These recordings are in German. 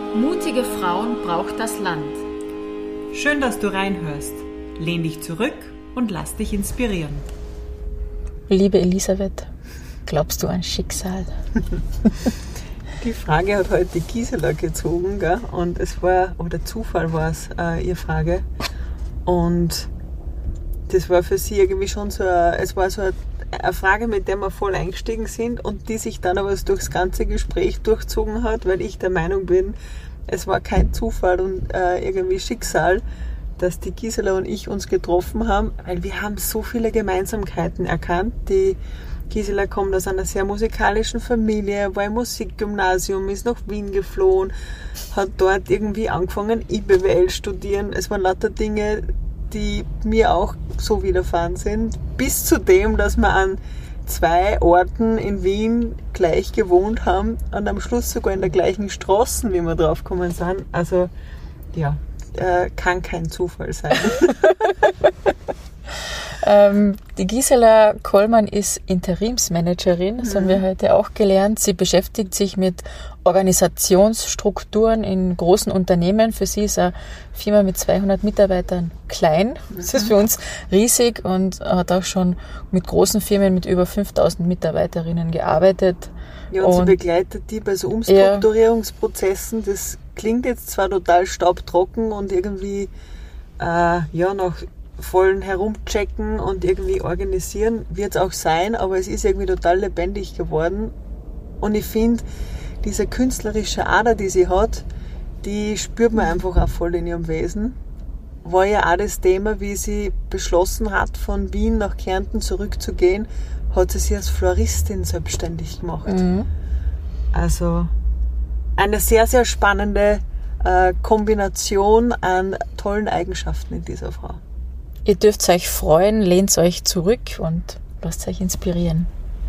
Mutige Frauen braucht das Land. Schön, dass du reinhörst. Lehn dich zurück und lass dich inspirieren. Liebe Elisabeth, glaubst du an Schicksal? Die Frage hat heute die Gisela gezogen, gell? Und es war, oder Zufall war es, ihre Frage. Und das war für sie irgendwie schon so, es war so eine Frage, mit der wir voll eingestiegen sind und die sich dann aber durchs ganze Gespräch durchzogen hat, weil ich der Meinung bin, es war kein Zufall und irgendwie Schicksal, dass die Gisela und ich uns getroffen haben, weil wir haben so viele Gemeinsamkeiten erkannt. Die Gisela kommt aus einer sehr musikalischen Familie, war im Musikgymnasium, ist nach Wien geflohen, hat dort irgendwie angefangen, BWL studieren. Es waren lauter Dinge, die mir auch so widerfahren sind, bis zu dem, dass wir an 2 Orten in Wien gleich gewohnt haben und am Schluss sogar in der gleichen Straße, wie wir drauf gekommen sind. Also ja, kann kein Zufall sein. Die Gisela Kollmann ist Interimsmanagerin, das haben wir heute auch gelernt. Sie beschäftigt sich mit Organisationsstrukturen in großen Unternehmen. Für sie ist eine Firma mit 200 Mitarbeitern klein. Das ist für uns riesig und hat auch schon mit großen Firmen mit über 5000 Mitarbeiterinnen gearbeitet. Ja, und sie begleitet die bei so Umstrukturierungsprozessen. Das klingt jetzt zwar total staubtrocken und irgendwie nach vollen Herumchecken und irgendwie organisieren wird es auch sein, aber es ist irgendwie total lebendig geworden. Und ich finde, diese künstlerische Ader, die sie hat, die spürt man einfach auch voll in ihrem Wesen. War ja auch das Thema, wie sie beschlossen hat, von Wien nach Kärnten zurückzugehen, hat sie sich als Floristin selbstständig gemacht. Also eine sehr, sehr spannende Kombination an tollen Eigenschaften in dieser Frau. Ihr dürft euch freuen, lehnt euch zurück und lasst euch inspirieren.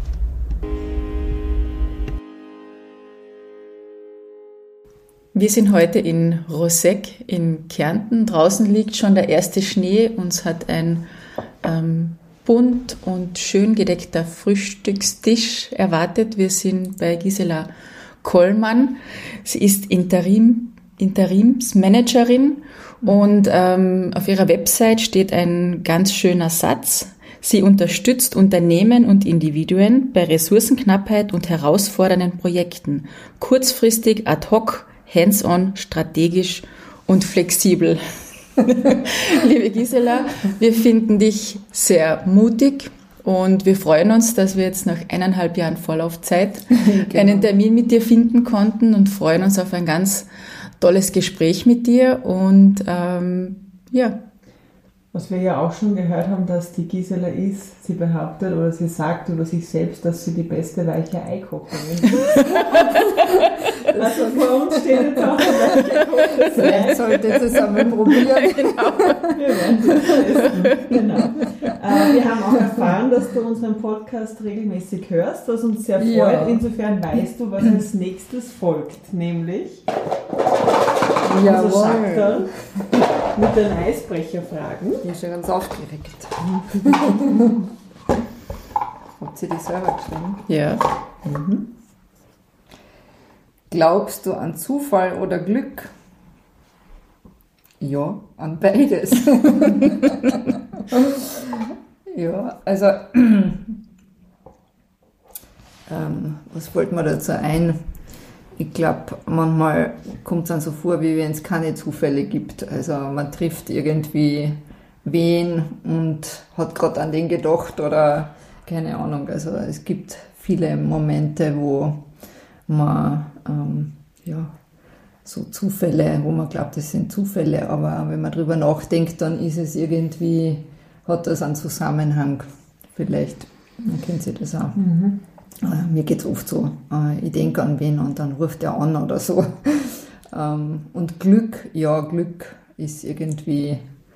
Wir sind heute in Roseck in Kärnten. Draußen liegt schon der erste Schnee. Uns hat ein bunt und schön gedeckter Frühstückstisch erwartet. Wir sind bei Gisela Kollmann. Sie ist Interimsmanagerin und auf ihrer Website steht ein ganz schöner Satz. Sie unterstützt Unternehmen und Individuen bei Ressourcenknappheit und herausfordernden Projekten. Kurzfristig, ad hoc, hands-on, strategisch und flexibel. Liebe Gisela, wir finden dich sehr mutig und wir freuen uns, dass wir jetzt nach 1,5 Jahren Vorlaufzeit einen Termin mit dir finden konnten und freuen uns auf ein ganz tolles Gespräch mit dir und Was wir ja auch schon gehört haben, dass die Gisela ist, sie behauptet oder sie sagt über sich selbst, dass sie die beste weiche Eikocherin ist. Also vor uns steht jetzt auch eine weiche Kocherin. Vielleicht sollte ich das einmal probieren. Genau. Wir werden das testen. Genau. Wir haben auch erfahren, dass du unseren Podcast regelmäßig hörst, was uns sehr freut. Ja. Insofern weißt du, was als nächstes folgt, nämlich unser Schakterl mit den Eisbrecherfragen. Ich bin schon ganz aufgeregt. Habt ihr die selber geschrieben? Ja. Glaubst du an Zufall oder Glück? Ja, an beides. Ja, also was fällt mir dazu ein? Ich glaube, manchmal kommt es dann so vor, wie wenn es keine Zufälle gibt. Also man trifft irgendwie wen und hat gerade an den gedacht oder keine Ahnung. Also es gibt viele Momente, wo man so Zufälle, wo man glaubt, das sind Zufälle, aber wenn man drüber nachdenkt, dann ist es irgendwie, hat das einen Zusammenhang vielleicht. Man kennt sich das auch. Mir geht es oft so, ich denke an wen und dann ruft er an oder so. Und Glück, ja, Glück ist irgendwie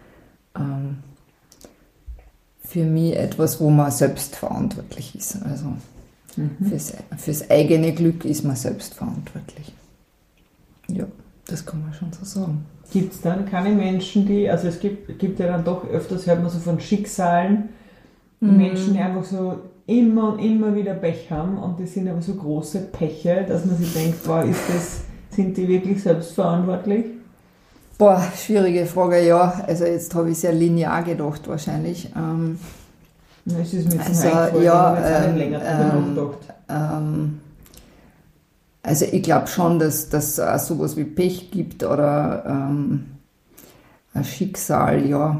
für mich etwas, wo man selbst verantwortlich ist. Also fürs eigene Glück ist man selbst verantwortlich. Ja, das kann man schon so sagen. Gibt es dann keine Menschen, die, also es gibt ja dann doch öfters, hört man so von Schicksalen, die Menschen, die einfach so immer und immer wieder Pech haben und das sind aber so große Peche, dass man sich denkt, wow, Sind die wirklich selbstverantwortlich? Boah, schwierige Frage, ja. Also jetzt habe ich sehr linear gedacht wahrscheinlich. Es ist mir Also, eingefallen, ja, ich habe jetzt auch nicht länger drüber nachgedacht. Also ich glaube schon, dass es auch sowas wie Pech gibt oder ein Schicksal, ja.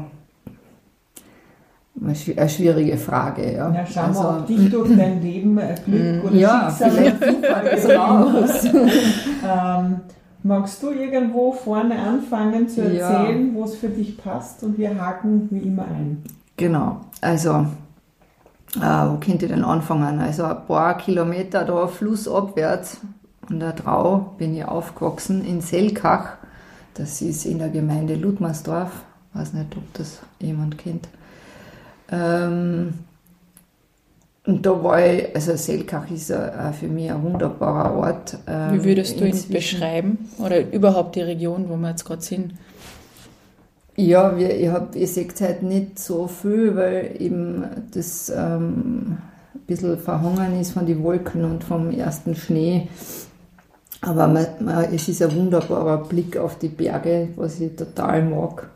Eine schwierige Frage, ja. Ja, schauen wir, ob dich durch dein Leben Glück oder ja, Schicksal vielleicht so aus. Magst du irgendwo vorne anfangen zu erzählen, wo es für dich passt, und wir haken wie immer ein? Genau, also wo könnte ich denn anfangen? Also ein paar Kilometer da flussabwärts an der Drau bin ich aufgewachsen in Selkach. Das ist in der Gemeinde Ludmersdorf. Ich weiß nicht, ob das jemand kennt. Und da war ich, also Selkach ist für mich ein wunderbarer Ort. Wie würdest du ihn beschreiben? Oder überhaupt die Region, wo wir jetzt gerade sind? Ja, ich sehe halt nicht so viel, weil eben das ein bisschen verhangen ist von den Wolken und vom ersten Schnee. Aber es ist ein wunderbarer Blick auf die Berge, was ich total mag.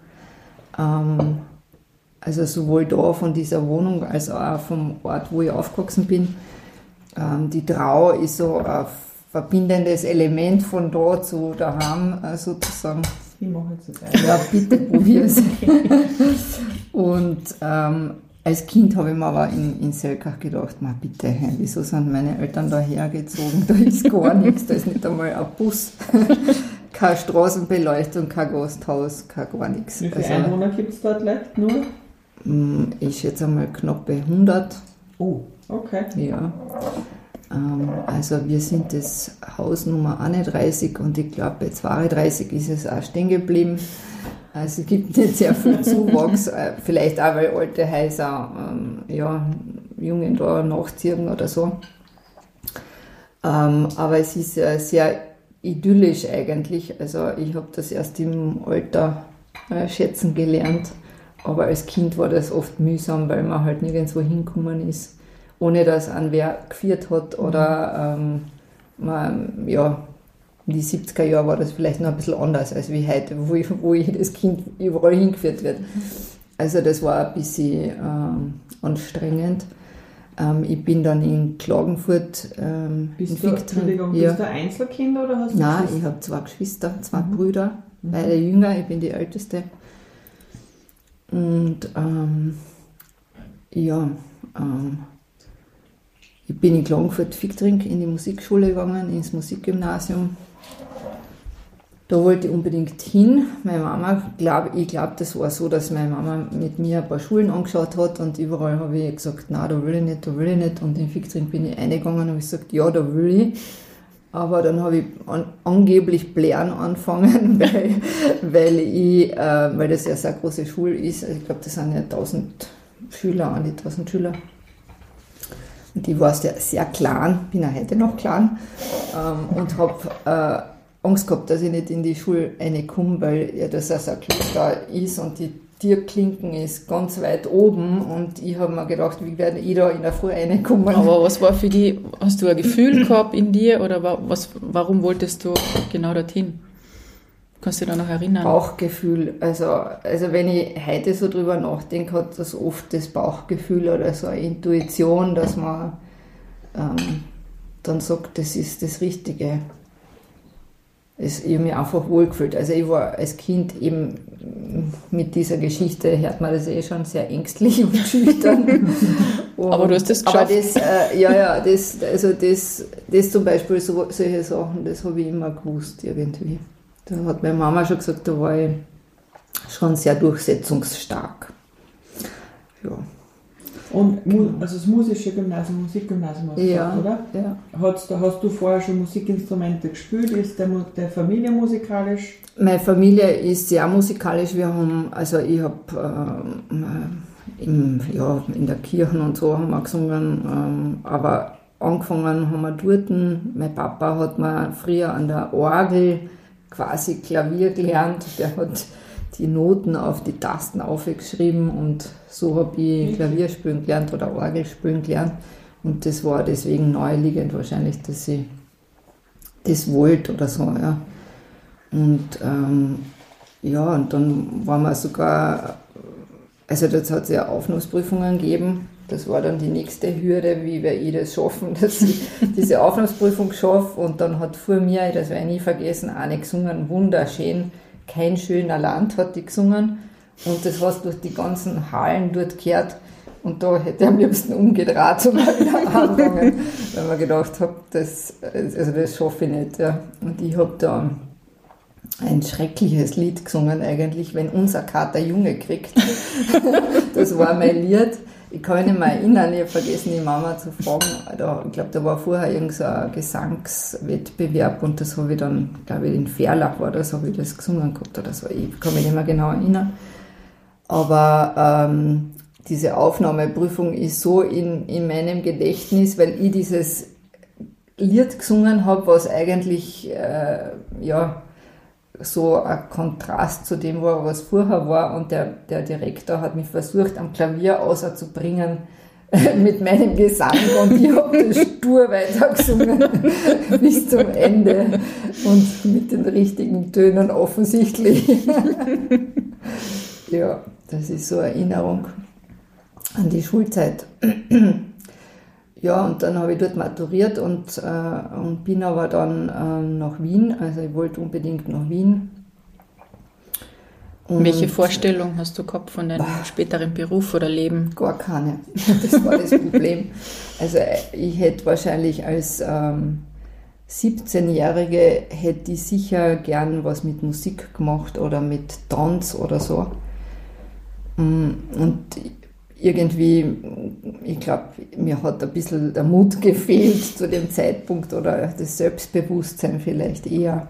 Also sowohl da von dieser Wohnung als auch vom Ort, wo ich aufgewachsen bin. Die Drau ist so ein verbindendes Element von da zu daheim sozusagen. Ich mache jetzt das Ja, bitte probier es. Und als Kind habe ich mir aber in Selkach gedacht, bitte, wieso sind meine Eltern da hergezogen? Da ist gar nichts, da ist nicht einmal ein Bus, keine Straßenbeleuchtung, kein Gasthaus, gar nichts. Wie viele Einwohner gibt es dort Leute? Nur? Ich schätze einmal knappe 100. Oh, okay. Ja. Also wir sind das Haus Nummer 31 und ich glaube bei 32 ist es auch stehen geblieben. Also es gibt nicht sehr viel Zuwachs, vielleicht auch weil alte Häuser Jungen da nachziehen oder so. Aber es ist sehr idyllisch eigentlich. Also ich habe das erst im Alter schätzen gelernt. Aber als Kind war das oft mühsam, weil man halt nirgendwo hingekommen ist, ohne dass an wer geführt hat. Oder in die 70er Jahre war das vielleicht noch ein bisschen anders als wie heute, wo jedes Kind überall hingeführt wird. Also das war ein bisschen anstrengend. Ich bin dann in Klagenfurt Bist du Einzelkind oder hast du Nein, ich habe 2 Geschwister, 2 Brüder, beide jünger, ich bin die Älteste. Und ich bin in Klagenfurt-Fichtrink in die Musikschule gegangen, ins Musikgymnasium. Da wollte ich unbedingt hin. Meine Mama, ich glaube, das war so, dass meine Mama mit mir ein paar Schulen angeschaut hat und überall habe ich gesagt, nein, da will ich nicht, da will ich nicht. Und in Fichtrink bin ich reingegangen und habe gesagt, ja, da will ich. Aber dann habe ich angeblich Blären angefangen, weil das ja so eine große Schule ist. Also ich glaube, das sind ja 1000 Schüler, an die 1000 Schüler. Und ich war sehr klein, bin auch heute noch klein, und habe Angst gehabt, dass ich nicht in die Schule reinkomme, weil ja das also ein Kloster ist und die Türklinken ist ganz weit oben und ich habe mir gedacht, wie werde ich da in der Früh reinkommen? Aber was war für dich, hast du ein Gefühl gehabt in dir oder warum wolltest du genau dorthin? Kannst du dich da noch erinnern? Bauchgefühl, also wenn ich heute so drüber nachdenke, hat das oft das Bauchgefühl oder so eine Intuition, dass man dann sagt, das ist das Richtige. Ich habe mich einfach wohlgefühlt. Also ich war als Kind eben mit dieser Geschichte, hört man das schon sehr ängstlich und schüchtern. Aber du hast das geschafft. Aber das zum Beispiel, solche Sachen, das habe ich immer gewusst irgendwie. Da hat meine Mama schon gesagt, da war ich schon sehr durchsetzungsstark. Ja. Und also das Musikgymnasium hast du gesagt, oder? Ja. Hast du vorher schon Musikinstrumente gespielt? Ist der Familie musikalisch? Meine Familie ist sehr musikalisch. Ich habe in der Kirche und so haben wir gesungen, aber angefangen haben wir dort. Mein Papa hat mir früher an der Orgel quasi Klavier gelernt. Der hat die Noten auf die Tasten aufgeschrieben und so habe ich Klavier spielen gelernt oder Orgel spielen gelernt. Und das war deswegen naheliegend wahrscheinlich, dass ich das wollte oder so, ja. Und und dann waren wir sogar, also das hat es ja Aufnahmeprüfungen gegeben. Das war dann die nächste Hürde, wie wir das schaffen, dass ich diese Aufnahmeprüfung schaffe. Und dann hat vor mir, das werde ich nie vergessen, eine gesungen, wunderschön, Kein schöner Land hat die gesungen. Und das hast durch die ganzen Hallen dort gehört. Und da hätte ich am liebsten umgedreht und mal wieder angefangen, weil man gedacht habe, das schaffe ich nicht. Ja. Und ich habe da ein schreckliches Lied gesungen eigentlich, wenn unser Kater Junge kriegt. Das war mein Lied. Ich kann mich nicht mehr erinnern, ich habe vergessen, die Mama zu fragen. Ich glaube, da war vorher irgend so ein Gesangswettbewerb und das habe ich dann, glaube ich, in Verlach war das, habe ich das gesungen gehabt oder so. Ich kann mich nicht mehr genau erinnern. Aber diese Aufnahmeprüfung ist so in meinem Gedächtnis, weil ich dieses Lied gesungen habe, was eigentlich, so ein Kontrast zu dem war, was vorher war, und der Direktor hat mich versucht, am Klavier auszubringen mit meinem Gesang, und ich habe das stur weitergesungen bis zum Ende und mit den richtigen Tönen offensichtlich. Ja, das ist so eine Erinnerung an die Schulzeit. Ja, und dann habe ich dort maturiert und bin aber dann nach Wien, also ich wollte unbedingt nach Wien. Und welche Vorstellung hast du gehabt von deinem späteren Beruf oder Leben? Gar keine, das war das Problem. Also ich hätte wahrscheinlich als 17-Jährige hätte ich sicher gern was mit Musik gemacht oder mit Tanz oder so. Und irgendwie, ich glaube, mir hat ein bisschen der Mut gefehlt zu dem Zeitpunkt oder das Selbstbewusstsein vielleicht eher.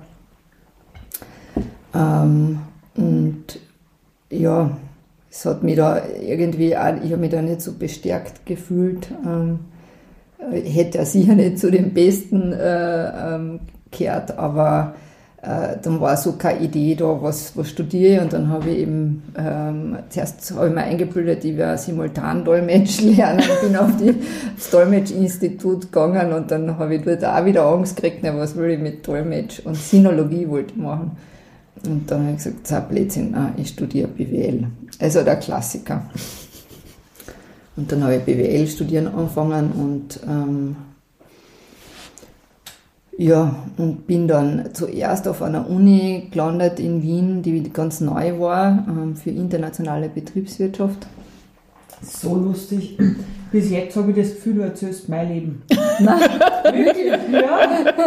Und ja, es hat mich da irgendwie auch, ich habe mich da nicht so bestärkt gefühlt. Ich hätte ja sicher nicht zu den Besten gehört, aber dann war so keine Idee da, was studiere ich, und dann habe ich eben, zuerst habe ich mir eingebildet, ich werde Simultandolmetsch lernen, bin auf das Dolmetschinstitut gegangen, und dann habe ich dort auch wieder Angst gekriegt, was will ich mit Dolmetsch, und Sinologie wollte ich machen. Und dann habe ich gesagt, das ist ein Blödsinn, ich studiere BWL, also der Klassiker. Und dann habe ich BWL studieren angefangen und und bin dann zuerst auf einer Uni gelandet in Wien, die ganz neu war, für internationale Betriebswirtschaft. So lustig. Bis jetzt habe ich das Gefühl, du erzählst mein Leben. Nein, wirklich? Ja.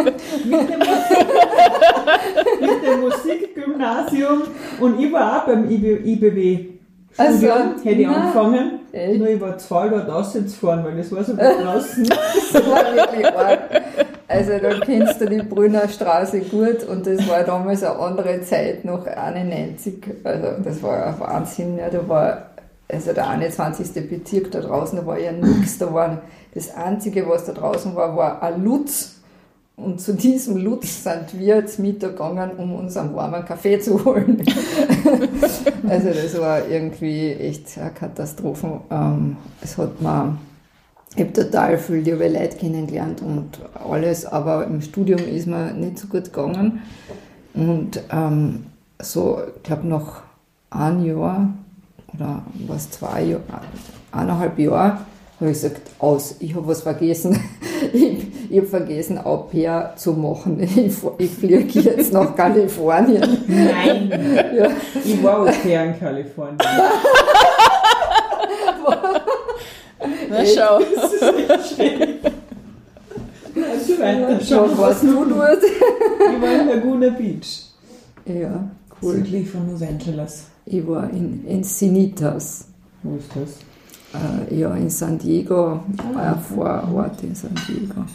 Mit dem Musikgymnasium, und ich war auch beim IBW. Also, hätte ich angefangen, echt? nur ich war zu faul, dort rauszufahren, weil das war so weit draußen. Das war wirklich arg. Also da kennst du die Brünner Straße gut, und das war damals eine andere Zeit, noch 91. Also das war ein Wahnsinn. Ja, da war also der 21. Bezirk da draußen, da war ja nichts. Da war das Einzige, was da draußen war ein Lutz. Und zu diesem Lutz sind wir jetzt Mittag gegangen, um uns einen warmen Kaffee zu holen. Also das war irgendwie echt eine Katastrophe. Ich habe total viele liebe Leute kennengelernt und alles, aber im Studium ist mir nicht so gut gegangen. Und ich glaube nach einem Jahr oder was 2 Jahre, 1,5 Jahre, habe ich gesagt, ich habe was vergessen. Ich habe vergessen, Au pair zu machen. Ich fliege jetzt nach Kalifornien. Nein, Ja. ich war Au pair in Kalifornien. Na schau. Das ist echt schön. Also weiter, Schon was du dort. Ich war in Laguna Beach. Ja, cool. Südlich von Los Angeles. Ich war in Encinitas. Wo ist das? In San Diego, ein Vorort in San Diego.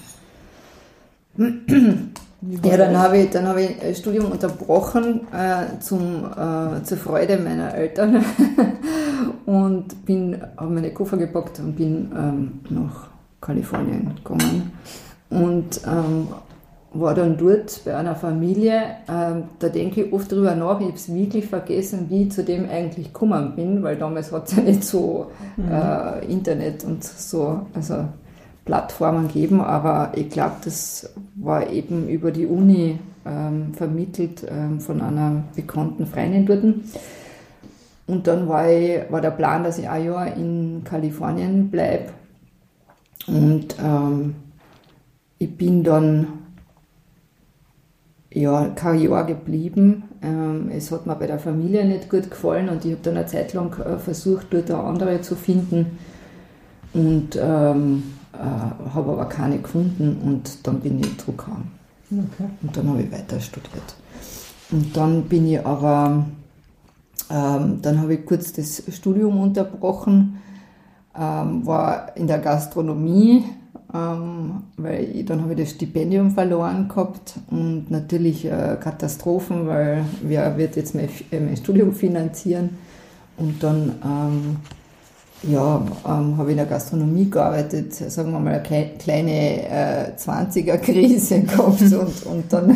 Ja, dann habe ich das Studium unterbrochen zur Freude meiner Eltern und habe meine Koffer gepackt und bin nach Kalifornien gegangen und war dann dort bei einer Familie. Da denke ich oft drüber nach, ich habe es wirklich vergessen, wie ich zu dem eigentlich gekommen bin, weil damals hat es ja nicht so Internet und so, also Plattformen geben, aber ich glaube, das war eben über die Uni vermittelt von einer bekannten Freundin dort. Und dann war der Plan, dass ich ein Jahr in Kalifornien bleibe. Und ich bin dann kein Jahr geblieben. Es hat mir bei der Familie nicht gut gefallen und ich habe dann eine Zeit lang versucht, dort eine andere zu finden und habe aber keine gefunden und dann bin ich zurückgekommen. Okay. Und dann habe ich weiter studiert. Und dann bin ich aber, dann habe ich kurz das Studium unterbrochen, war in der Gastronomie, weil dann habe ich das Stipendium verloren gehabt und natürlich Katastrophen, weil wer wird jetzt mein Studium finanzieren? Und dann habe ich in der Gastronomie gearbeitet, sagen wir mal eine kleine 20er-Krise gehabt und dann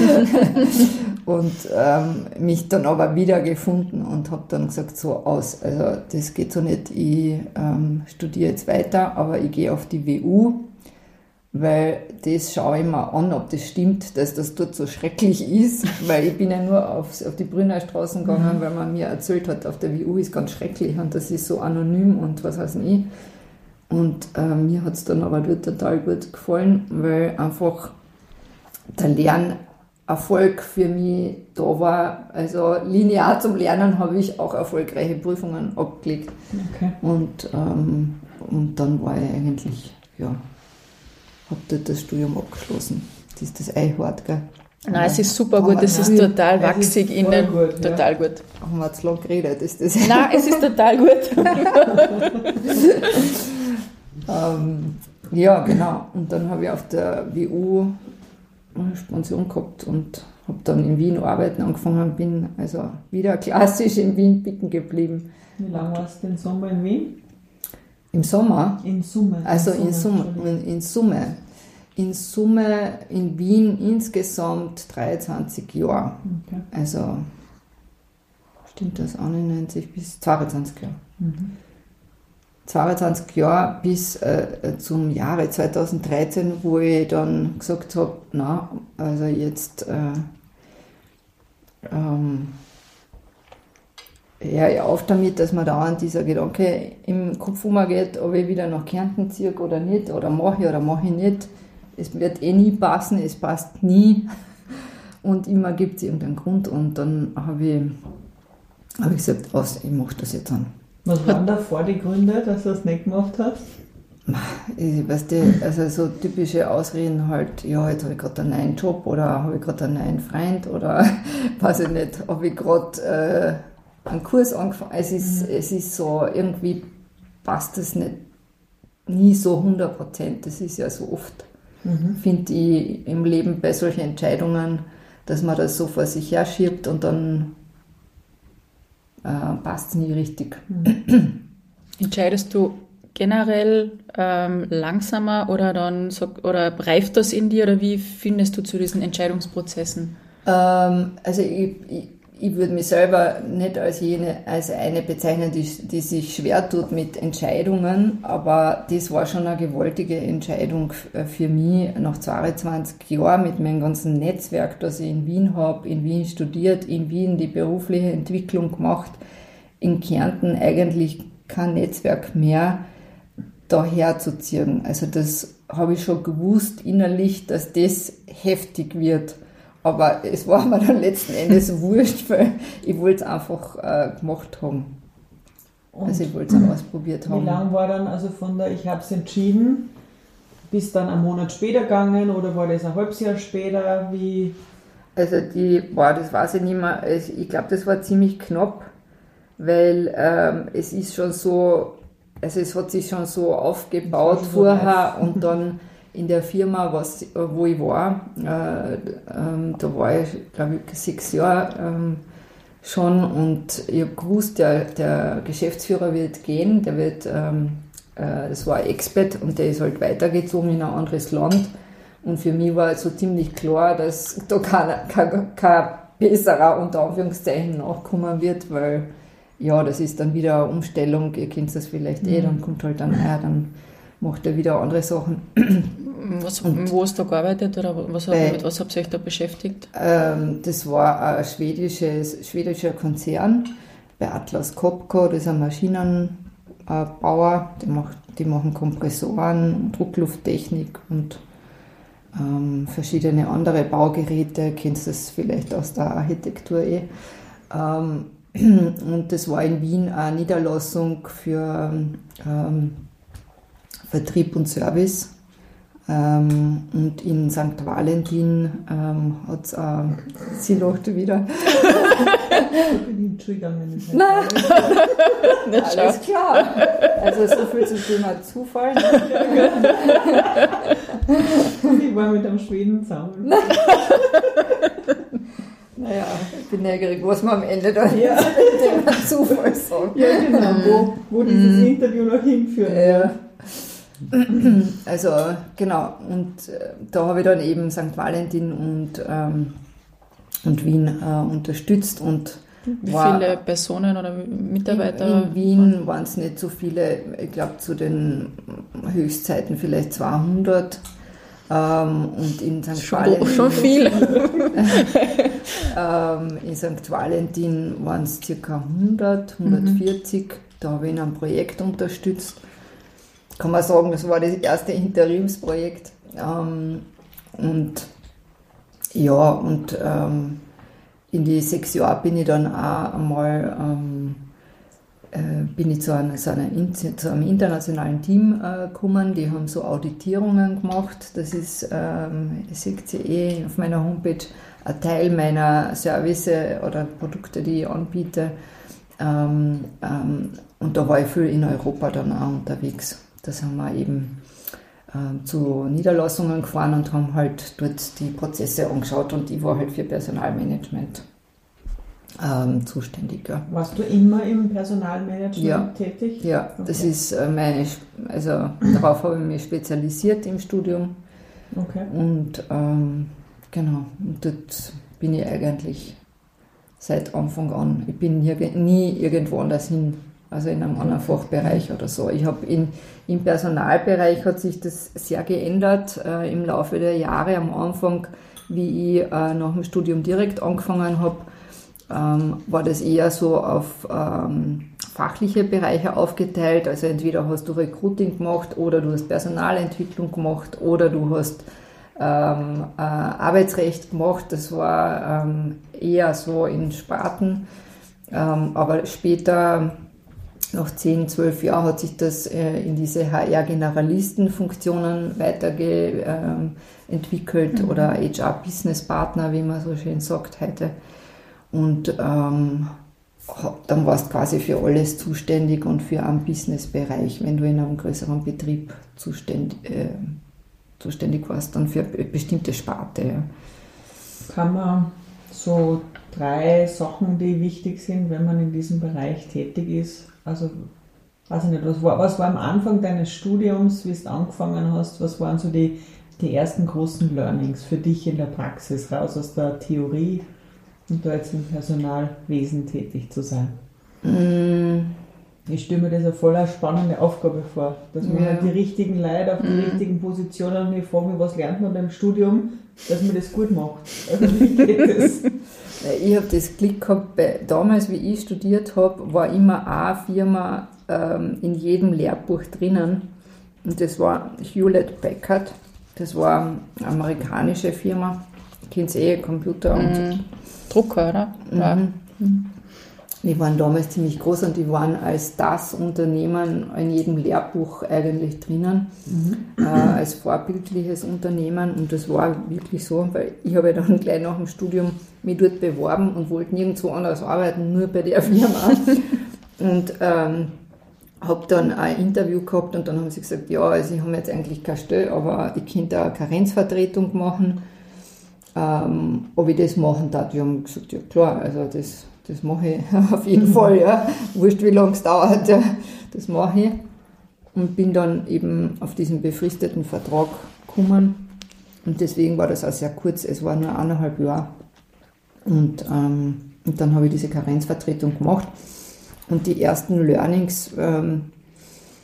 mich dann aber wiedergefunden und habe dann gesagt, so aus, also das geht so nicht, ich studiere jetzt weiter, aber ich gehe auf die WU, weil das schaue ich mir an, ob das stimmt, dass das dort so schrecklich ist, weil ich bin ja nur auf die Brünner Straßen gegangen, weil man mir erzählt hat, auf der WU ist ganz schrecklich und das ist so anonym und was weiß ich. Und mir hat es dann aber dort total gut gefallen, weil einfach der Lernerfolg für mich da war. Also linear zum Lernen habe ich auch erfolgreiche Prüfungen abgelegt. Okay. Und dann war ich eigentlich, habe dort das Studium abgeschlossen. Das ist das Einhort, gell? Nein, es ist super gut, es ist total wachsig innen. Gut, total gut. Haben wir zu lang geredet, ist das? Nein, es ist total gut. Ja, genau. Und dann habe ich auf der WU eine Pension gehabt und habe dann in Wien arbeiten angefangen, bin also wieder klassisch in Wien bicken geblieben. Wie lange warst du den Sommer in Wien? Im Sommer? In Summe. Also in Summe in Wien insgesamt 23 Jahre. Okay. Also stimmt das, 91 bis 22 Jahre. 22 Jahre bis zum Jahre 2013, wo ich dann gesagt habe, na, also jetzt höre ich auf damit, dass mir dauernd dieser Gedanke im Kopf umgeht, ob ich wieder nach Kärnten ziehe oder nicht, oder mache ich nicht. Es wird eh nie passen, es passt nie und immer gibt es irgendeinen Grund und dann habe ich gesagt, ich mache das jetzt an. Was waren davor die Gründe, dass du das nicht gemacht hast? Weißt du, also so typische Ausreden halt, ja, jetzt habe ich gerade einen neuen Job oder habe ich gerade einen neuen Freund oder weiß ich nicht, habe ich gerade einen Kurs angefangen. Es ist so, irgendwie passt das nie so 100%. Das ist ja so oft, finde ich, im Leben bei solchen Entscheidungen, dass man das so vor sich her schiebt und dann passt es nie richtig. Entscheidest du generell langsamer oder reift das in dir oder wie findest du zu diesen Entscheidungsprozessen? Also ich würde mich selber nicht als eine bezeichnen, die sich schwer tut mit Entscheidungen, aber das war schon eine gewaltige Entscheidung für mich nach 22 Jahren mit meinem ganzen Netzwerk, das ich in Wien habe, in Wien studiert, in Wien die berufliche Entwicklung gemacht, in Kärnten eigentlich kein Netzwerk mehr daher zu ziehen. Also das habe ich schon gewusst innerlich, dass das heftig wird. Aber es war mir dann letzten Endes wurscht, weil ich wollte es einfach gemacht haben. Also ich wollte es ausprobiert haben. Wie lange war dann also ich habe es entschieden, bis dann einen Monat später gegangen oder war das ein halbes Jahr später? Wie? Also das weiß ich nicht mehr. Ich glaube, das war ziemlich knapp, weil es ist schon so, also es hat sich schon so aufgebaut vorher und dann in der Firma, wo ich war, da war ich, glaube ich, 6 Jahre schon und ich habe gewusst, der Geschäftsführer wird gehen, der wird, das war ein Expat und der ist halt weitergezogen in ein anderes Land und für mich war so ziemlich klar, dass da kein besserer unter Anführungszeichen nachkommen wird, weil ja, das ist dann wieder eine Umstellung, ihr kennt das vielleicht dann kommt halt dann macht er wieder andere Sachen. Wo hast du da gearbeitet oder mit was habt ihr euch da beschäftigt? Das war ein schwedischer Konzern bei Atlas Copco, das ist ein Maschinenbauer, die machen Kompressoren, Drucklufttechnik und verschiedene andere Baugeräte, kennst du das vielleicht aus der Architektur und das war in Wien eine Niederlassung für Vertrieb und Service. Und in St. Valentin hat es sie lachte wieder. Ich bin hinzugegangen. Nein, alles klar. Also so viel zum Thema Zufall. Ich war mit einem Schweden zusammen. Naja, ich bin neugierig, was man am Ende da mit dem Zufall sagt. Ja, genau, wo dieses Interview noch hinführt. Ja. Also genau, und da habe ich dann eben St. Valentin und Wien unterstützt. Und wie viele Personen oder Mitarbeiter? In Wien waren es nicht so viele, ich glaube zu den Höchstzeiten vielleicht 200. Und in St. Valentin schon viel. In St. Valentin waren es ca. 140. Da habe ich in einem Projekt unterstützt. Kann man sagen, das war das erste Interimsprojekt. In die 6 Jahre bin ich dann auch einmal zu einem internationalen Team gekommen. Die haben so Auditierungen gemacht. Das ist, seht ihr auf meiner Homepage, ein Teil meiner Service oder Produkte, die ich anbiete. Und da war ich viel in Europa dann auch unterwegs. Das haben wir eben zu Niederlassungen gefahren und haben halt dort die Prozesse angeschaut und ich war halt für Personalmanagement zuständig. Ja. Warst du immer im Personalmanagement tätig? Ja, okay. Das ist darauf habe ich mich spezialisiert im Studium. Okay. Und genau, und dort bin ich eigentlich seit Anfang an. Ich bin nie irgendwo anders hin. Also in einem anderen Fachbereich oder so. Ich habe im Personalbereich hat sich das sehr geändert im Laufe der Jahre. Am Anfang, wie ich nach dem Studium direkt angefangen habe, war das eher so auf fachliche Bereiche aufgeteilt. Also entweder hast du Recruiting gemacht oder du hast Personalentwicklung gemacht oder du hast Arbeitsrecht gemacht. Das war eher so in Sparten. Aber später, nach 10, 12 Jahren, hat sich das in diese HR-Generalistenfunktionen weiterentwickelt oder HR-Business-Partner, wie man so schön sagt heute. Und dann warst du quasi für alles zuständig und für einen Business-Bereich, wenn du in einem größeren Betrieb zuständig warst, dann für eine bestimmte Sparte. Ja. Kann man so 3 Sachen, die wichtig sind, wenn man in diesem Bereich tätig ist? Also, weiß ich nicht, was war am Anfang deines Studiums, wie du angefangen hast, was waren so die ersten großen Learnings für dich in der Praxis, raus aus der Theorie und da jetzt im Personalwesen tätig zu sein? Ich stelle mir das eine voll spannende Aufgabe vor, dass man halt die richtigen Leute auf die richtigen Positionen, und ich frage mich, was lernt man beim Studium, dass man das gut macht? Also wie geht das? Ich habe das Glück gehabt, damals, wie ich studiert habe, war immer eine Firma in jedem Lehrbuch drinnen. Und das war Hewlett Packard. Das war eine amerikanische Firma. Kennt ihr Computer und Drucker, oder? Ja. Die waren damals ziemlich groß und die waren als das Unternehmen in jedem Lehrbuch eigentlich drinnen, als vorbildliches Unternehmen. Und das war wirklich so, weil ich habe ja dann gleich nach dem Studium mich dort beworben und wollte nirgendwo anders arbeiten, nur bei der Firma. Und habe dann ein Interview gehabt und dann haben sie gesagt, ja, also ich habe jetzt eigentlich keine Stelle, aber ich könnte eine Karenzvertretung machen. Ob ich das machen darf. Wir haben gesagt, ja klar, also das mache ich auf jeden Fall, ja. Wurscht, wie lange es dauert, ja. Das mache ich. Und bin dann eben auf diesen befristeten Vertrag gekommen. Und deswegen war das auch sehr kurz, es war nur 1,5 Jahre. Und dann habe ich diese Karenzvertretung gemacht. Und die ersten Learnings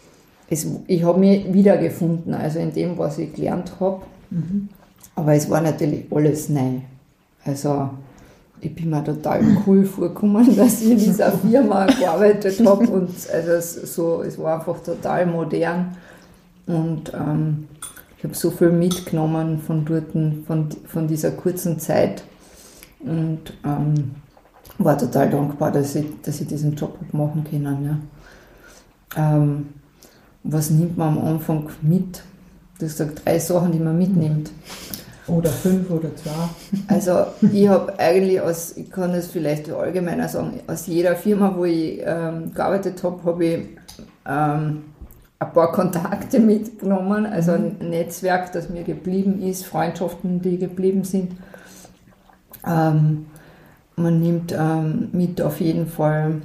ich habe mich wiedergefunden, also in dem, was ich gelernt habe. Aber es war natürlich alles neu. Also ich bin mir total cool vorgekommen, dass ich in dieser Firma gearbeitet habe und also es war einfach total modern und ich habe so viel mitgenommen von dort, von dieser kurzen Zeit und war total dankbar, dass ich diesen Job habe machen können. Ja. Was nimmt man am Anfang mit? Du hast gesagt, 3 Sachen, die man mitnimmt. Oder 5 oder 2. Also ich habe eigentlich, ich kann das vielleicht allgemeiner sagen, aus jeder Firma, wo ich gearbeitet habe ich ein paar Kontakte mitgenommen, also ein Netzwerk, das mir geblieben ist, Freundschaften, die geblieben sind. Man nimmt mit auf jeden Fall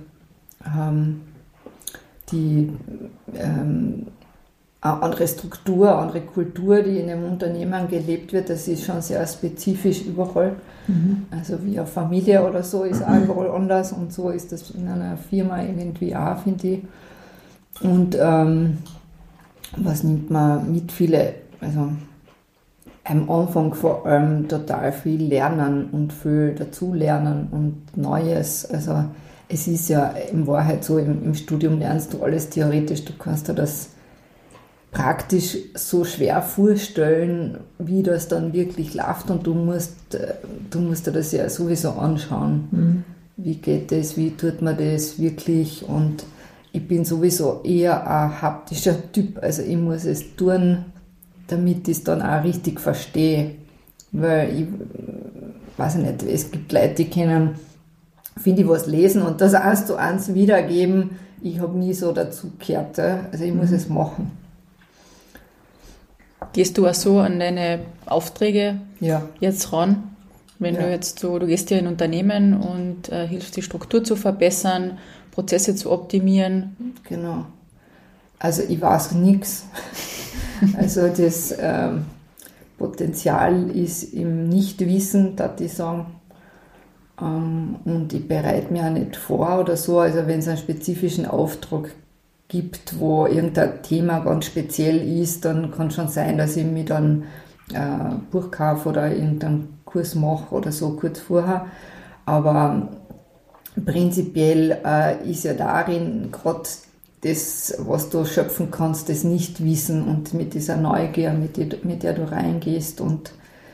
die eine andere Struktur, eine andere Kultur, die in einem Unternehmen gelebt wird, das ist schon sehr spezifisch überall. Also wie eine Familie oder so ist auch überall anders und so ist das in einer Firma irgendwie auch, finde ich. Und was nimmt man mit? Also am Anfang vor allem total viel lernen und viel dazulernen und Neues. Also es ist ja in Wahrheit so, im Studium lernst du alles theoretisch, du kannst dir das praktisch so schwer vorstellen, wie das dann wirklich läuft und du musst dir das ja sowieso anschauen. Wie geht das, wie tut man das wirklich und ich bin sowieso eher ein haptischer Typ, also ich muss es tun, damit ich es dann auch richtig verstehe, weil ich weiß nicht, es gibt Leute, die können, finde ich, was lesen und das 1:1 wiedergeben, ich habe nie so dazu gehört, also ich muss es machen. Gehst du auch so an deine Aufträge jetzt ran? Wenn du jetzt du gehst ja in Unternehmen und hilfst, die Struktur zu verbessern, Prozesse zu optimieren. Genau. Also ich weiß nichts. Also das Potenzial ist im Nichtwissen, würde ich sagen. Und ich bereite mich auch nicht vor oder so. Also wenn es einen spezifischen Auftrag gibt, wo irgendein Thema ganz speziell ist, dann kann es schon sein, dass ich mir dann Buch kaufe oder irgendeinen Kurs mache oder so kurz vorher. Aber prinzipiell ist ja darin gerade das, was du schöpfen kannst, das Nichtwissen und mit dieser Neugier, mit der du reingehst und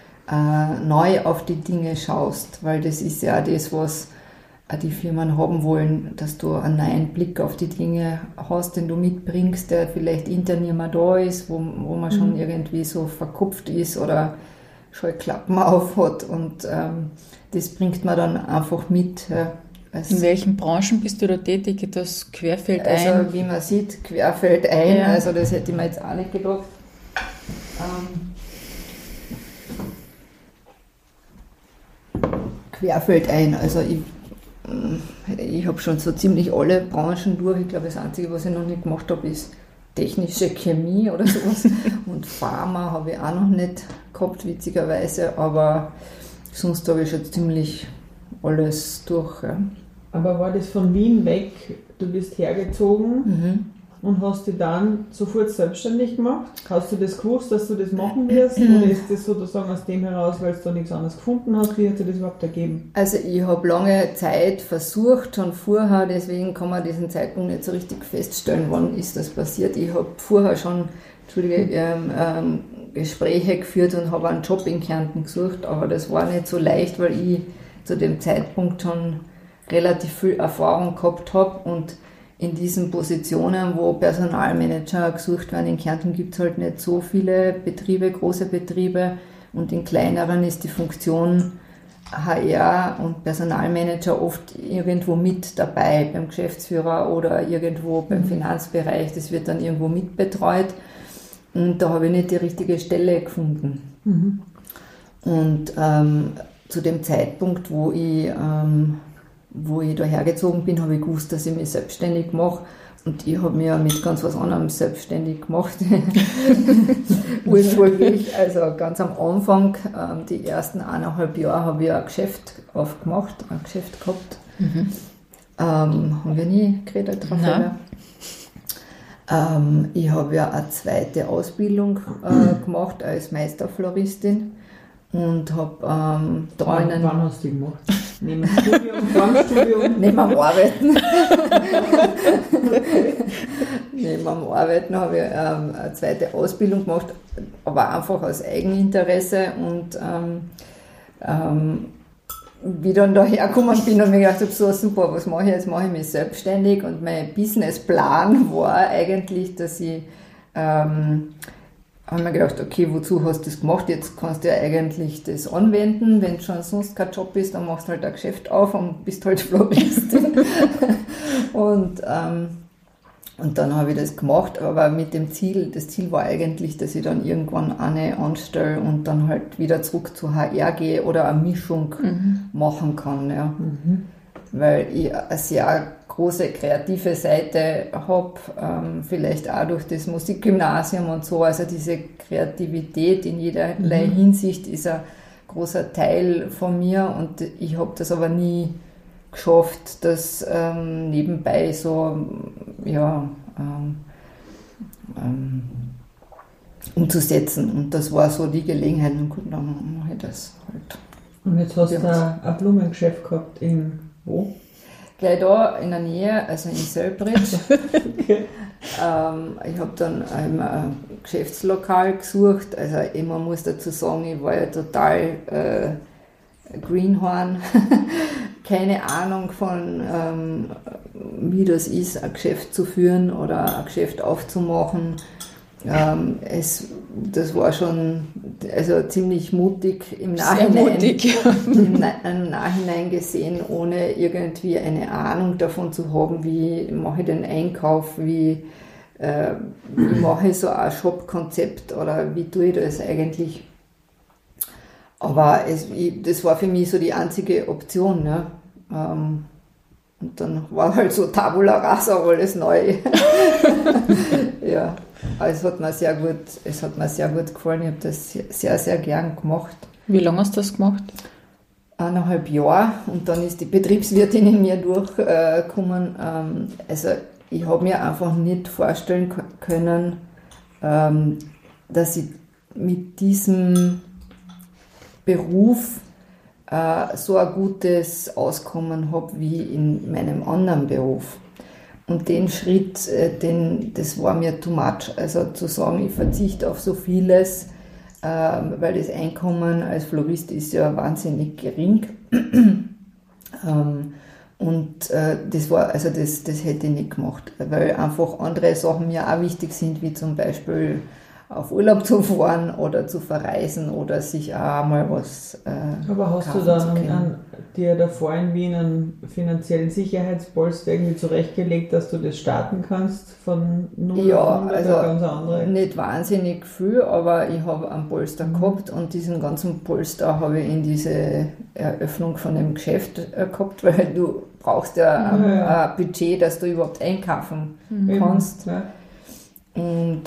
neu auf die Dinge schaust, weil das ist ja das, was die Firmen haben wollen, dass du einen neuen Blick auf die Dinge hast, den du mitbringst, der vielleicht intern nicht mehr da ist, wo man schon irgendwie so verkopft ist oder Scheuklappen auf hat und das bringt man dann einfach mit. In welchen Branchen bist du da tätig? Das querfällt ein? Also wie man sieht, querfällt ein, also das hätte ich mir jetzt auch nicht gedacht. Querfällt ein, also ich habe schon so ziemlich alle Branchen durch. Ich glaube, das Einzige, was ich noch nicht gemacht habe, ist technische Chemie oder sowas. Und Pharma habe ich auch noch nicht gehabt, witzigerweise. Aber sonst habe ich schon ziemlich alles durch. Ja. Aber war das von Wien weg? Du bist hergezogen und hast dich dann sofort selbstständig gemacht? Hast du das gewusst, dass du das machen wirst? Oder ist das sozusagen aus dem heraus, weil du da nichts anderes gefunden hast? Wie hat sich das überhaupt ergeben? Also ich habe lange Zeit versucht, schon vorher, deswegen kann man diesen Zeitpunkt nicht so richtig feststellen, wann ist das passiert. Ich habe vorher schon Gespräche geführt und habe einen Job in Kärnten gesucht, aber das war nicht so leicht, weil ich zu dem Zeitpunkt schon relativ viel Erfahrung gehabt habe und in diesen Positionen, wo Personalmanager gesucht werden, in Kärnten gibt es halt nicht so viele Betriebe, große Betriebe und in kleineren ist die Funktion HR und Personalmanager oft irgendwo mit dabei, beim Geschäftsführer oder irgendwo beim Finanzbereich, das wird dann irgendwo mitbetreut und da habe ich nicht die richtige Stelle gefunden. Und zu dem Zeitpunkt, wo ich da hergezogen bin, habe ich gewusst, dass ich mich selbstständig mache. Und ich habe mich ja mit ganz was anderem selbstständig gemacht. Ursprünglich, also ganz am Anfang, die ersten 1,5 Jahre habe ich ein Geschäft aufgemacht, ein Geschäft gehabt. Haben wir nie geredet drauf. Ich habe ja eine zweite Ausbildung gemacht als Meisterfloristin und habe Wann hast du die gemacht? Neben dem Studium, vor dem Studium? Neben dem Arbeiten. Neben dem Arbeiten habe ich eine zweite Ausbildung gemacht, aber einfach aus Eigeninteresse und wie ich dann da hergekommen bin und mir gedacht habe, so super, was mache ich jetzt? Mache ich mich selbstständig und mein Businessplan war eigentlich, dass ich habe mir gedacht, okay, wozu hast du das gemacht? Jetzt kannst du ja eigentlich das anwenden. Wenn schon sonst kein Job ist, dann machst du halt ein Geschäft auf und bist halt Floristin. und dann habe ich das gemacht, aber mit dem Ziel, das Ziel war eigentlich, dass ich dann irgendwann eine anstelle und dann halt wieder zurück zu HR gehe oder eine Mischung machen kann. Ja. Weil ich eine sehr große kreative Seite habe, vielleicht auch durch das Musikgymnasium und so. Also diese Kreativität in jederlei Hinsicht ist ein großer Teil von mir und ich habe das aber nie geschafft, das nebenbei so umzusetzen. Und das war so die Gelegenheit. Und gut, dann mache ich das halt. Und jetzt hast du ein Blumengeschäft gehabt in wo? Gleich da in der Nähe, also in Selbridge. Okay. Ich habe dann ein Geschäftslokal gesucht. Also man muss dazu sagen, ich war ja total Greenhorn. Keine Ahnung von, wie das ist, ein Geschäft zu führen oder ein Geschäft aufzumachen. Das war schon ziemlich mutig im Nachhinein, im Nachhinein gesehen, ohne irgendwie eine Ahnung davon zu haben, wie mache ich den Einkauf, wie mache ich so ein Shop-Konzept oder wie tue ich das eigentlich. Aber das war für mich so die einzige Option. Ne? Und dann war halt so Tabula Rasa, alles neu. Ja, aber es hat mir sehr gut gefallen. Ich habe das sehr, sehr gern gemacht. Wie lange hast du das gemacht? 1,5 Jahre und dann ist die Betriebswirtin in mir durchgekommen. Also ich habe mir einfach nicht vorstellen können, dass ich mit diesem Beruf so ein gutes Auskommen habe wie in meinem anderen Beruf. Und den Schritt, das war mir too much. Also zu sagen, ich verzichte auf so vieles, weil das Einkommen als Florist ist ja wahnsinnig gering. Das hätte ich nicht gemacht, weil einfach andere Sachen mir auch wichtig sind, wie zum Beispiel auf Urlaub zu fahren oder zu verreisen oder sich auch mal was Aber hast du dann dir davor in Wien einen finanziellen Sicherheitspolster irgendwie zurechtgelegt, dass du das starten kannst von 0 auf 100 oder ganz andere? Nicht wahnsinnig viel, aber ich habe einen Polster gehabt und diesen ganzen Polster habe ich in diese Eröffnung von dem Geschäft gehabt, weil du brauchst ja ein Budget, dass du überhaupt einkaufen kannst. Ja. Und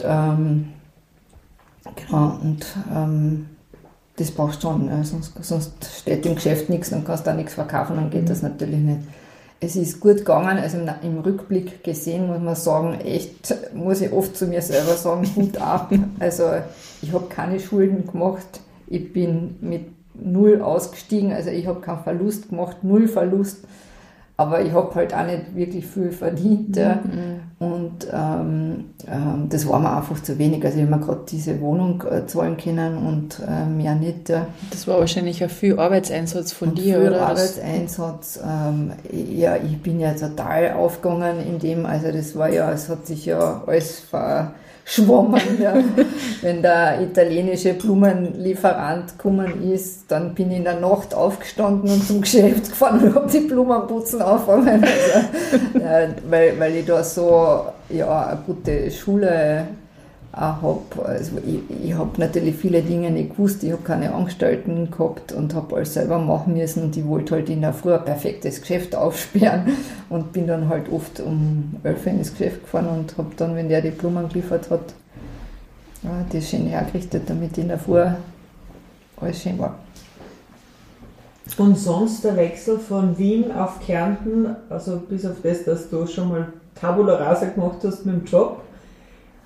genau, und das brauchst du schon, sonst steht im Geschäft nichts, dann kannst du auch nichts verkaufen, dann geht das natürlich nicht. Es ist gut gegangen, also im Rückblick gesehen muss man sagen, echt, muss ich oft zu mir selber sagen, Hut ab. Also ich habe keine Schulden gemacht, ich bin mit 0 ausgestiegen, also ich habe keinen Verlust gemacht, 0 Verlust. Aber ich habe halt auch nicht wirklich viel verdient. Ja. Und das war mir einfach zu wenig. Also ich habe mir gerade diese Wohnung zahlen können und mehr nicht. Ja. Das war wahrscheinlich auch viel Arbeitseinsatz von dir, viel oder? Arbeitseinsatz. Ja, ich bin ja total aufgegangen in dem, also das war ja, es hat sich ja alles verschwommen. Ja. Wenn der italienische Blumenlieferant gekommen ist, dann bin ich in der Nacht aufgestanden und zum Geschäft gefahren und habe die Blumenputzen angefangen. Also, weil ich da so eine gute Schule habe. Also ich habe natürlich viele Dinge nicht gewusst, ich habe keine Angestellten gehabt und habe alles selber machen müssen und ich wollte halt in der Früh ein perfektes Geschäft aufsperren und bin dann halt oft um 11 Uhr ins Geschäft gefahren und habe dann, wenn der die Blumen geliefert hat, das schön hergerichtet, damit in der Früh alles schön war. Und sonst der Wechsel von Wien auf Kärnten, also bis auf das, dass du schon mal Tabula Rasa gemacht hast mit dem Job,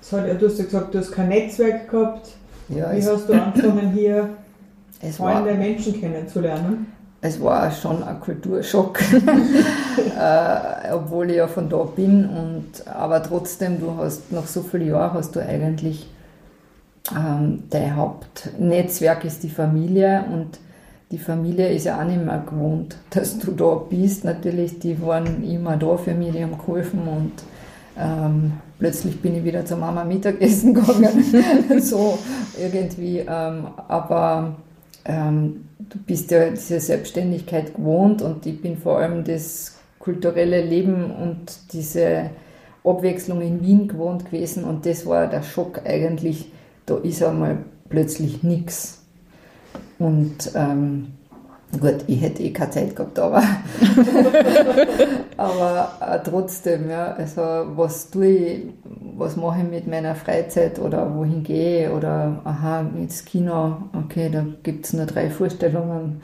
Du hast ja gesagt, du hast kein Netzwerk gehabt. Ja, wie hast du angefangen, hier Freunde, Menschen kennenzulernen? Es war schon ein Kulturschock, obwohl ich ja von da bin. Aber trotzdem, du hast nach so vielen Jahren hast du eigentlich dein Hauptnetzwerk ist die Familie, und die Familie ist ja auch nicht mehr gewohnt, dass du da bist. Natürlich, die waren immer da für mich, die haben geholfen, und plötzlich bin ich wieder zur Mama Mittagessen gegangen. So irgendwie, aber du bist ja diese Selbstständigkeit gewohnt, und ich bin vor allem das kulturelle Leben und diese Abwechslung in Wien gewohnt gewesen, und das war der Schock eigentlich, da ist einmal plötzlich nichts. Und gut, ich hätte keine Zeit gehabt, aber trotzdem, ja, also was mache ich mit meiner Freizeit, oder wohin gehe ich, oder ins Kino, okay, da gibt es nur 3 Vorstellungen.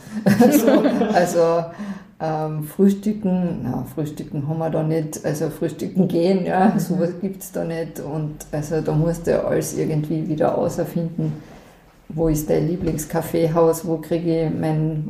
Frühstücken haben wir da nicht, also frühstücken gehen, ja, sowas gibt es da nicht, und also da musst du alles irgendwie wieder auserfinden. Wo ist dein Lieblingskaffeehaus, wo kriege ich mein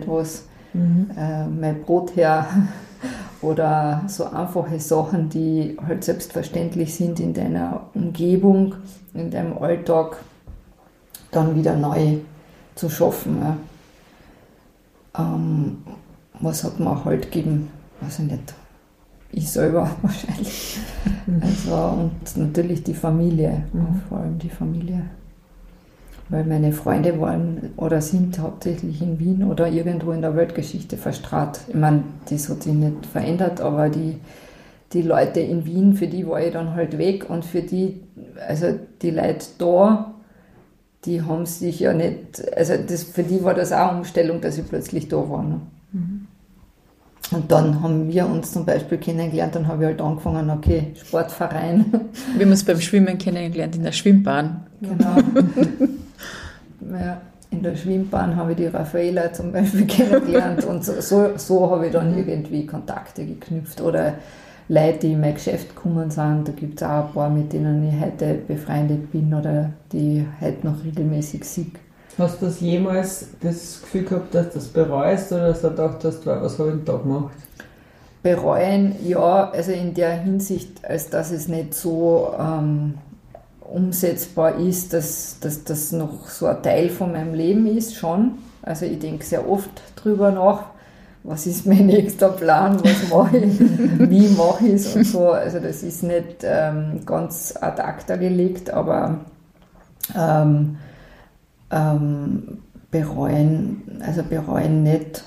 Brot her, oder so einfache Sachen, die halt selbstverständlich sind in deiner Umgebung, in deinem Alltag, dann wieder neu zu schaffen. Ja. Was hat man halt gegeben? Weiß ich nicht. Ich selber wahrscheinlich. Also, und natürlich die Familie, vor allem die Familie. Weil meine Freunde waren oder sind hauptsächlich in Wien oder irgendwo in der Weltgeschichte verstrahlt. Ich meine, das hat sich nicht verändert, aber die Leute in Wien, für die war ich dann halt weg, und für die Leute da, die haben sich ja nicht, also für die war das auch eine Umstellung, dass ich plötzlich da war. Ne? Und dann haben wir uns zum Beispiel kennengelernt, dann habe ich halt angefangen, okay, Sportverein. Wir haben uns beim Schwimmen kennengelernt, in der Schwimmbahn. Genau. Ja, in der Schwimmbahn habe ich die Raffaela zum Beispiel kennengelernt, und so habe ich dann irgendwie Kontakte geknüpft, oder Leute, die in mein Geschäft gekommen sind. Da gibt es auch ein paar, mit denen ich heute befreundet bin oder die ich heute noch regelmäßig sehe. Hast du das jemals das Gefühl gehabt, dass du das bereust, oder dass du gedacht hast, was habe ich denn da gemacht? Bereuen, ja, also in der Hinsicht, als dass es nicht so umsetzbar ist, dass das noch so ein Teil von meinem Leben ist, schon. Also ich denke sehr oft drüber nach, was ist mein nächster Plan, was mache ich, wie mache ich es und so. Also das ist nicht ganz ad acta gelegt, aber bereuen nicht.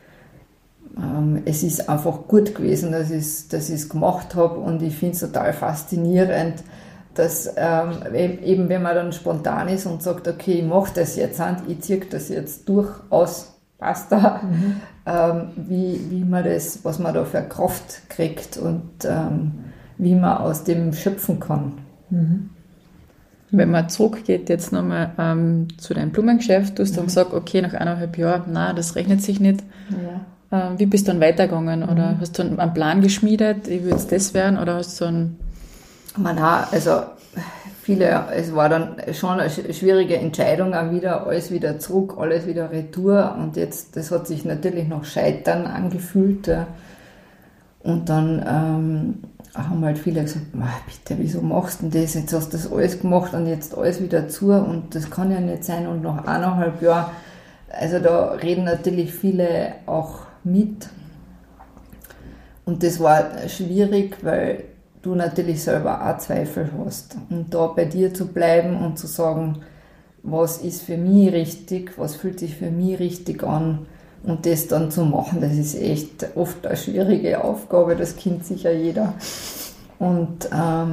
Es ist einfach gut gewesen, dass ich es gemacht habe, und ich finde es total faszinierend, dass eben wenn man dann spontan ist und sagt, okay, ich mache das jetzt und ich ziehe das jetzt durchaus, passt da, wie man das, was man da für Kraft kriegt und wie man aus dem schöpfen kann. Wenn man zurückgeht jetzt nochmal zu deinem Blumengeschäft, du hast dann gesagt, okay, nach 1,5 Jahren, nein, das rechnet sich nicht. Ja. Wie bist du dann weitergegangen? Oder hast du einen Plan geschmiedet, wie würde es das werden? Oder hast du einen... Also es war dann schon eine schwierige Entscheidung, alles wieder zurück, alles wieder retour, und jetzt, das hat sich natürlich noch Scheitern angefühlt. Ja. Und dann haben halt viele gesagt, bitte, wieso machst du denn das? Jetzt hast du das alles gemacht und jetzt alles wieder zu, und das kann ja nicht sein, und nach 1,5 Jahren, also da reden natürlich viele auch mit, und das war schwierig, weil du natürlich selber auch Zweifel hast, und da bei dir zu bleiben und zu sagen, was ist für mich richtig, was fühlt sich für mich richtig an, und das dann zu machen, das ist echt oft eine schwierige Aufgabe, das kennt sicher jeder. Und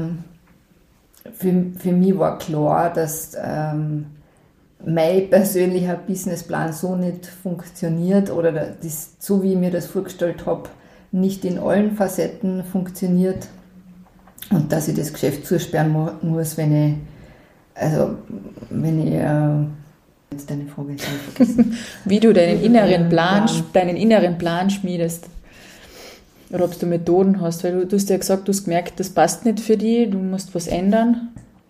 für mich war klar, dass mein persönlicher Businessplan so nicht funktioniert, oder das, so wie ich mir das vorgestellt habe, nicht in allen Facetten funktioniert, und dass ich das Geschäft zusperren muss, wenn ich jetzt deine Frage jetzt vergessen. Wie du deinen inneren Plan schmiedest. Oder ob du Methoden hast, weil du hast ja gesagt, du hast gemerkt, das passt nicht für dich, du musst was ändern.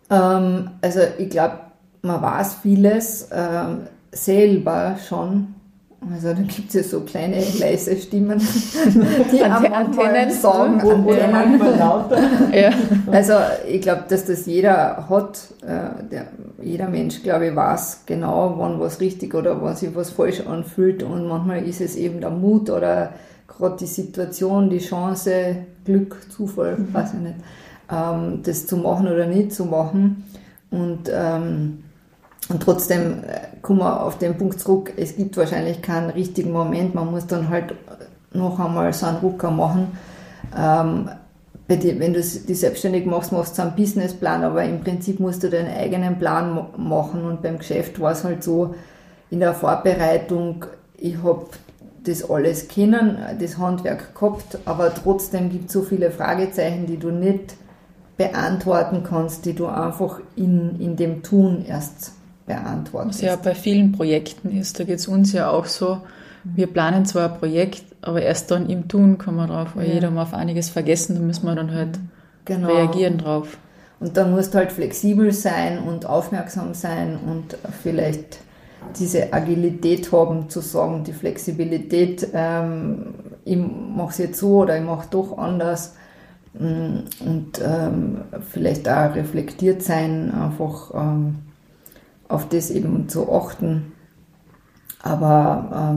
Also ich glaube, man weiß vieles selber schon. Also da gibt es ja so kleine leise Stimmen, die Antennen sagen, oder manchmal lauter. Ja. Also ich glaube, dass das jeder hat. Jeder Mensch, glaube ich, weiß genau, wann was richtig oder wann sich was falsch anfühlt. Und manchmal ist es eben der Mut oder gerade die Situation, die Chance, Glück, Zufall, weiß ich nicht, das zu machen oder nicht zu machen. Und trotzdem kommen wir auf den Punkt zurück, es gibt wahrscheinlich keinen richtigen Moment, man muss dann halt noch einmal so einen Rucker machen. Wenn du dich selbstständig machst, machst du einen Businessplan, aber im Prinzip musst du deinen eigenen Plan machen. Und beim Geschäft war es halt so, in der Vorbereitung, ich habe das alles kennen, das Handwerk gehabt, aber trotzdem gibt es so viele Fragezeichen, die du nicht beantworten kannst, die du einfach in dem Tun erst beantwortest. Was ja bei vielen Projekten ist, da geht es uns ja auch so, wir planen zwar ein Projekt, aber erst dann im Tun kommen wir drauf, weil jeder mal auf einiges vergessen, da müssen wir dann halt reagieren drauf. Und dann musst du halt flexibel sein und aufmerksam sein und vielleicht diese Agilität haben, zu sagen, die Flexibilität, ich mache es jetzt so oder ich mache doch anders und vielleicht auch reflektiert sein, einfach auf das eben zu achten. Aber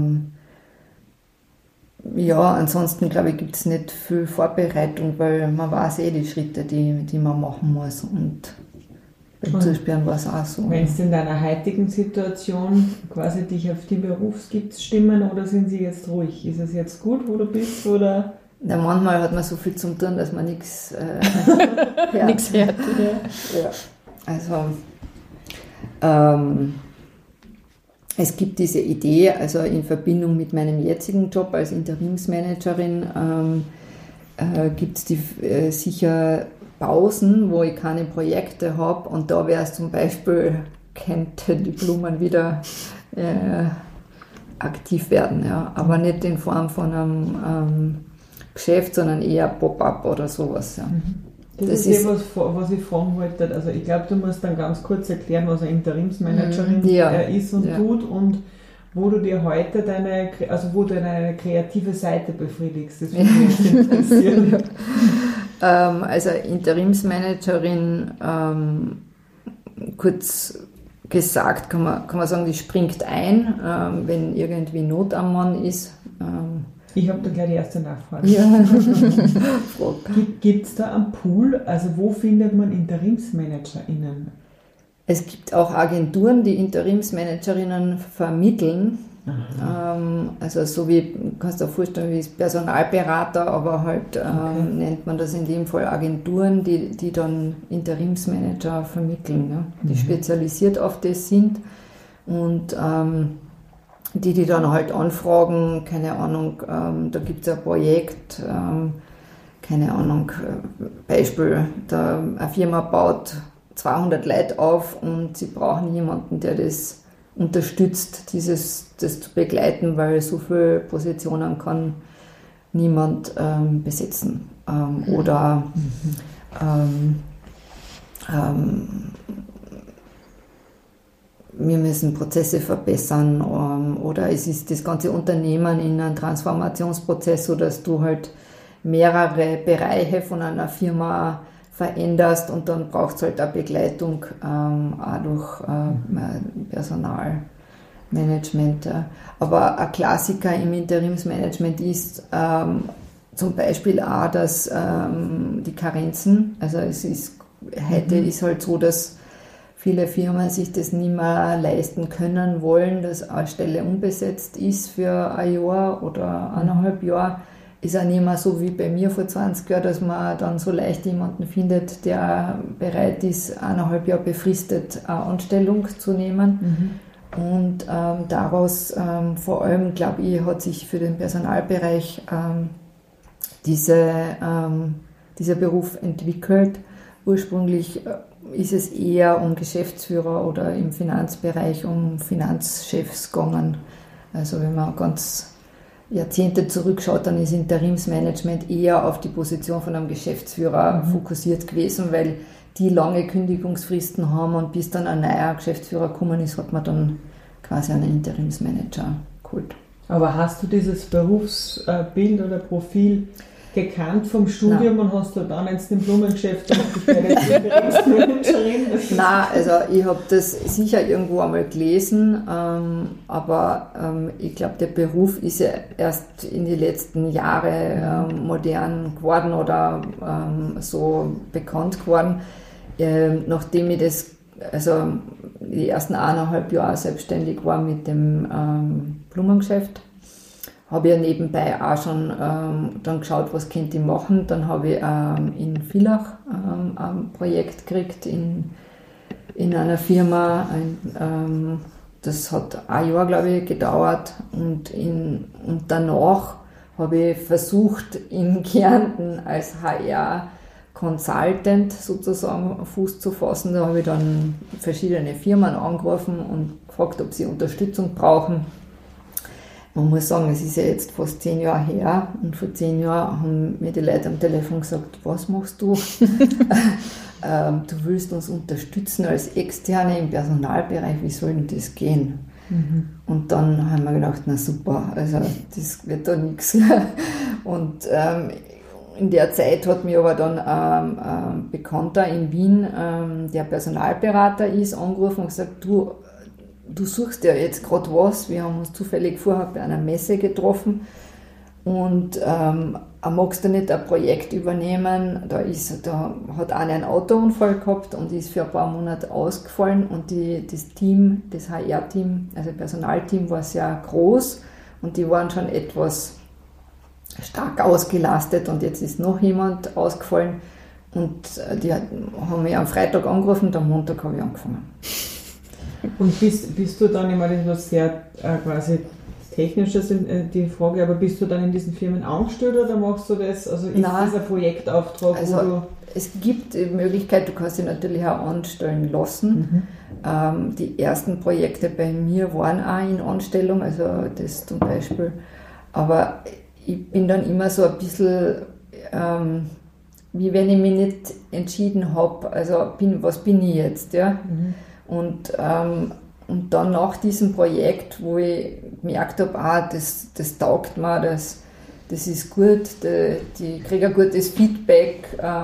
ansonsten glaube ich, gibt es nicht viel Vorbereitung, weil man weiß die Schritte, die man machen muss. Und beim Zuspielen war es auch so. Wenn es in deiner heutigen Situation quasi dich auf die Berufsskills stimmen oder sind sie jetzt ruhig? Ist es jetzt gut, wo du bist? Oder? Ja, manchmal hat man so viel zum Tun, dass man nichts hört. Nichts hört. Ja. Also es gibt diese Idee, also in Verbindung mit meinem jetzigen Job als Interimsmanagerin gibt es sicher Pausen, wo ich keine Projekte habe und da wäre es zum Beispiel, könnte die Blumen wieder aktiv werden, ja, aber nicht in Form von einem Geschäft, sondern eher Pop-up oder sowas. Ja. Das ist was ich fragen wollte. Also ich glaube, du musst dann ganz kurz erklären, was eine Interimsmanagerin ist und tut und wo du dir heute deine kreative Seite befriedigst. Das würde mich interessieren. Also Interimsmanagerin, kurz gesagt, kann man sagen, die springt ein, wenn irgendwie Not am Mann ist. Ich habe da gleich die erste Nachfrage. Ja. Gibt es da einen Pool? Also wo findet man InterimsmanagerInnen? Es gibt auch Agenturen, die Interimsmanagerinnen vermitteln. Also so wie, kannst du dir vorstellen, wie Personalberater, aber halt nennt man das in dem Fall Agenturen, die dann Interimsmanager vermitteln, ja, die spezialisiert auf das sind und die dann halt anfragen, keine Ahnung, da gibt es ein Projekt, keine Ahnung, Beispiel, eine Firma baut 200 Leute auf und sie brauchen jemanden, der das unterstützt, das zu begleiten, weil so viele Positionen kann niemand besetzen. Oder wir müssen Prozesse verbessern oder es ist das ganze Unternehmen in einem Transformationsprozess, sodass du halt mehrere Bereiche von einer Firma veränderst und dann braucht es halt eine Begleitung auch durch Personalmanagement. Aber ein Klassiker im Interimsmanagement ist zum Beispiel auch, dass die Karenzen, also heute ist halt so, dass viele Firmen sich das nicht mehr leisten können wollen, dass eine Stelle unbesetzt ist für ein Jahr oder 1,5 Jahre. Ist auch nicht mehr so wie bei mir vor 20 Jahren, dass man dann so leicht jemanden findet, der bereit ist, 1,5 Jahre befristet eine Anstellung zu nehmen. Und daraus vor allem, glaube ich, hat sich für den Personalbereich dieser Beruf entwickelt. Ursprünglich ist es eher um Geschäftsführer oder im Finanzbereich um Finanzchefs gegangen. Also wenn man ganz Jahrzehnte zurückschaut, dann ist Interimsmanagement eher auf die Position von einem Geschäftsführer fokussiert gewesen, weil die lange Kündigungsfristen haben und bis dann ein neuer Geschäftsführer gekommen ist, hat man dann quasi einen Interimsmanager geholt. Aber hast du dieses Berufsbild oder Profil gekannt vom Studium? Nein. Und hast du dann jetzt im Blumengeschäft und ich werde jetzt Interimsmanagerin? Nein, also ich habe das sicher irgendwo einmal gelesen, aber ich glaube, der Beruf ist ja erst in den letzten Jahren modern geworden oder so bekannt geworden, nachdem ich das, also die ersten 1,5 Jahre selbstständig war mit dem Blumengeschäft, habe ich ja nebenbei auch schon dann geschaut, was könnte ich machen. Dann habe ich in Villach ein Projekt gekriegt in einer Firma. Das hat ein Jahr, glaube ich, gedauert. Und danach habe ich versucht, in Kärnten als HR-Consultant sozusagen Fuß zu fassen. Da habe ich dann verschiedene Firmen angerufen und gefragt, ob sie Unterstützung brauchen. Man muss sagen, es ist ja jetzt fast 10 Jahre her und vor 10 Jahren haben mir die Leute am Telefon gesagt, was machst du? Du willst uns unterstützen als Externe im Personalbereich, wie soll denn das gehen? Mhm. Und dann haben wir gedacht, na super, also das wird da nichts. Und in der Zeit hat mir aber dann ein Bekannter in Wien, der Personalberater ist, angerufen und gesagt, du suchst ja jetzt gerade was. Wir haben uns zufällig vorher bei einer Messe getroffen und magst du nicht ein Projekt übernehmen? Da hat einer einen Autounfall gehabt und ist für ein paar Monate ausgefallen und das Team, das HR-Team, also Personalteam war sehr groß und die waren schon etwas stark ausgelastet und jetzt ist noch jemand ausgefallen und die haben mich am Freitag angerufen und am Montag habe ich angefangen. Und bist du dann, ich meine, das war sehr quasi technisches die Frage, aber bist du dann in diesen Firmen angestellt oder machst du das, also ist das ein Projektauftrag? Also es gibt die Möglichkeit, du kannst dich natürlich auch anstellen lassen. Mhm. Die ersten Projekte bei mir waren auch in Anstellung, also das zum Beispiel, aber ich bin dann immer so ein bisschen, wie wenn ich mich nicht entschieden habe, also was bin ich jetzt, ja? Mhm. Und dann nach diesem Projekt, wo ich gemerkt habe, das taugt mir, das ist gut, die kriegen ein gutes Feedback,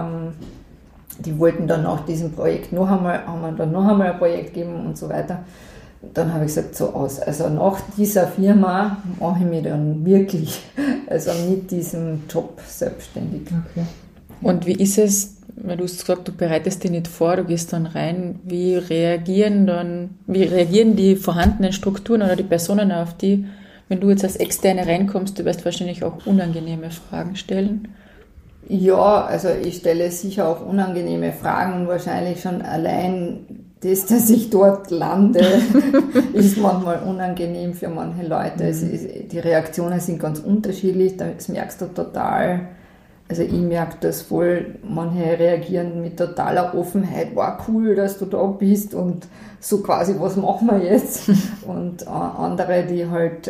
die wollten dann nach diesem Projekt haben wir dann noch einmal ein Projekt gegeben und so weiter. Dann habe ich gesagt, so aus. Also nach dieser Firma mache ich mich dann wirklich, also mit diesem Job selbstständig. Okay. Und wie ist es, weil du hast gesagt, du bereitest dich nicht vor, du gehst dann rein, wie reagieren die vorhandenen Strukturen oder die Personen auf die, wenn du jetzt als Externe reinkommst, du wirst wahrscheinlich auch unangenehme Fragen stellen? Ja, also ich stelle sicher auch unangenehme Fragen und wahrscheinlich schon allein das, dass ich dort lande, ist manchmal unangenehm für manche Leute. Die Reaktionen sind ganz unterschiedlich, das merkst du total. Also ich merke das voll, manche reagieren mit totaler Offenheit, wow, cool, dass du da bist und so quasi, was machen wir jetzt? Und andere, die halt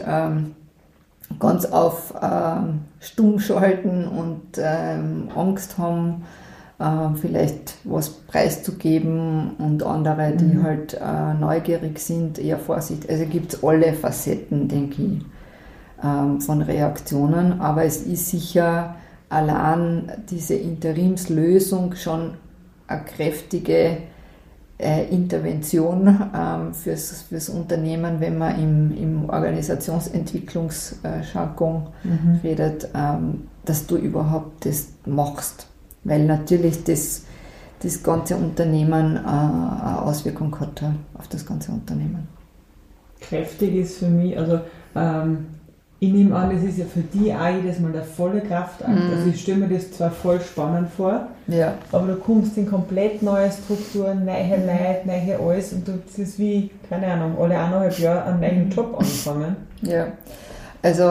ganz auf stumm schalten und Angst haben, vielleicht was preiszugeben und andere, die halt neugierig sind, eher vorsichtig. Also gibt es alle Facetten, denke ich, von Reaktionen, aber es ist sicher allein diese Interimslösung schon eine kräftige Intervention fürs Unternehmen, wenn man im Organisationsentwicklungsjargon redet, dass du überhaupt das machst, weil natürlich das ganze Unternehmen eine Auswirkung hat auf das ganze Unternehmen. Kräftig ist für mich, also ich nehme an, das ist ja für die auch jedes Mal der volle Kraftakt. Also ich stelle mir das zwar voll spannend vor, aber du kommst in komplett neue Strukturen, neue Leute, neue alles und das ist wie, keine Ahnung, alle 1,5 Jahre einen neuen Job anfangen. Ja, also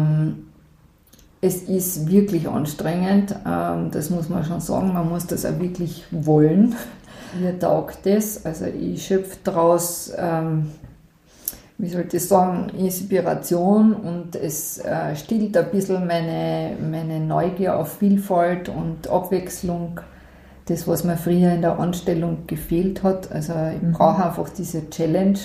es ist wirklich anstrengend, das muss man schon sagen, man muss das auch wirklich wollen. Mir taugt das, also ich schöpfe daraus wie soll ich sagen, Inspiration und es stillt ein bisschen meine Neugier auf Vielfalt und Abwechslung das, was mir früher in der Anstellung gefehlt hat. Also ich brauche einfach diese Challenge.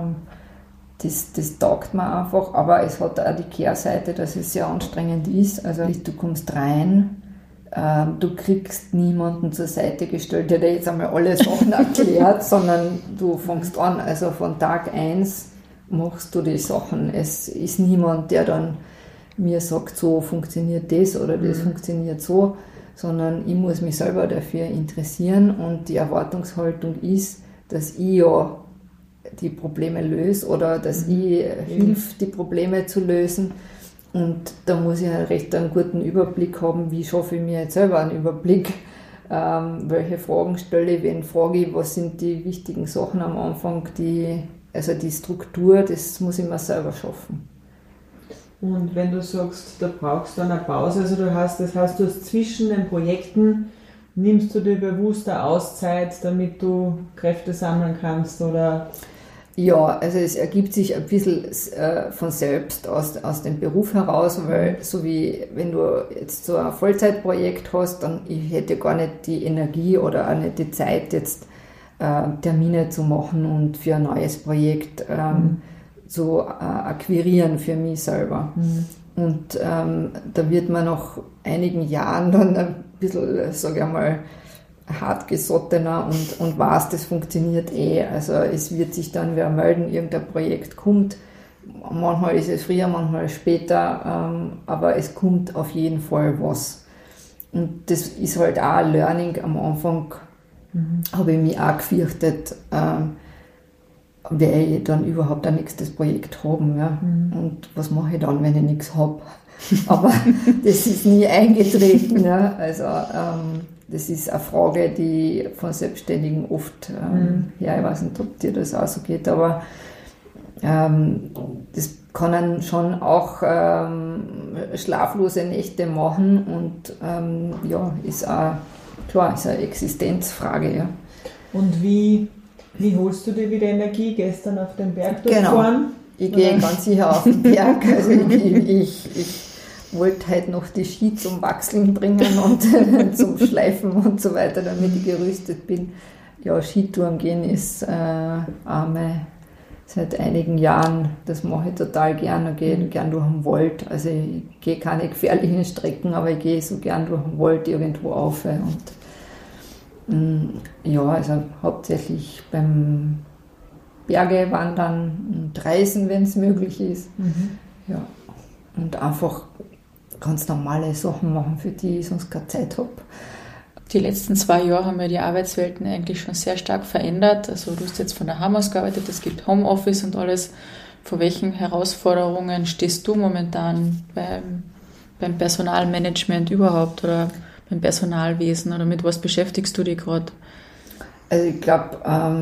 Das taugt mir einfach, aber es hat auch die Kehrseite, dass es sehr anstrengend ist. Also du kommst rein, du kriegst niemanden zur Seite gestellt, der dir jetzt einmal alle Sachen erklärt, sondern du fängst an. Also von Tag 1 machst du die Sachen. Es ist niemand, der dann mir sagt, so funktioniert das oder das funktioniert so, sondern ich muss mich selber dafür interessieren und die Erwartungshaltung ist, dass ich ja die Probleme löse oder dass ich hilf, die Probleme zu lösen. Und da muss ich einen recht einen guten Überblick haben, wie schaffe ich mir jetzt selber einen Überblick, welche Fragen stelle ich, wen frage ich, was sind die wichtigen Sachen am Anfang, also die Struktur, das muss ich mir selber schaffen. Und wenn du sagst, da brauchst du eine Pause, also das heißt, du hast zwischen den Projekten, nimmst du dir bewusst eine Auszeit, damit du Kräfte sammeln kannst, oder? Ja, also es ergibt sich ein bisschen von selbst aus dem Beruf heraus, weil so wie wenn du jetzt so ein Vollzeitprojekt hast, dann ich hätte gar nicht die Energie oder auch nicht die Zeit, jetzt Termine zu machen und für ein neues Projekt zu akquirieren für mich selber. Und da wird man nach einigen Jahren dann ein bisschen, sage ich mal, hartgesottener und weiß, das funktioniert Also es wird sich dann wer melden, irgendein Projekt kommt. Manchmal ist es früher, manchmal später, aber es kommt auf jeden Fall was. Und das ist halt auch ein Learning. Am Anfang habe ich mich auch gefürchtet, werde ich dann überhaupt ein nächstes Projekt haben. Ja? Und was mache ich dann, wenn ich nichts habe? Aber das ist nie eingetreten. Ja? Also das ist eine Frage, die von Selbstständigen oft, ich weiß nicht, ob dir das auch so geht, aber das kann dann schon auch schlaflose Nächte machen und ist auch, klar, ist eine Existenzfrage. Ja. Und wie holst du dir wieder Energie? Gestern auf den Berg durchfahren? Genau, ich gehe ganz sicher auf den Berg. Also ich wollte halt noch die Ski zum Wachseln bringen und zum Schleifen und so weiter, damit ich gerüstet bin. Ja, Skitouren gehen ist seit einigen Jahren, das mache ich total gern. Ich gehe gern durch den Wald. Also ich gehe keine gefährlichen Strecken, aber ich gehe so gern durch den Wald irgendwo auf. Und also hauptsächlich beim Berge wandern und reisen, wenn es möglich ist. Ja, und einfach ganz normale Sachen machen, für die ich sonst keine Zeit habe. Die letzten 2 Jahre haben ja die Arbeitswelten eigentlich schon sehr stark verändert. Also du hast jetzt von daheim aus gearbeitet, es gibt Homeoffice und alles. Vor welchen Herausforderungen stehst du momentan beim Personalmanagement überhaupt oder beim Personalwesen oder mit was beschäftigst du dich gerade? Also ich glaube,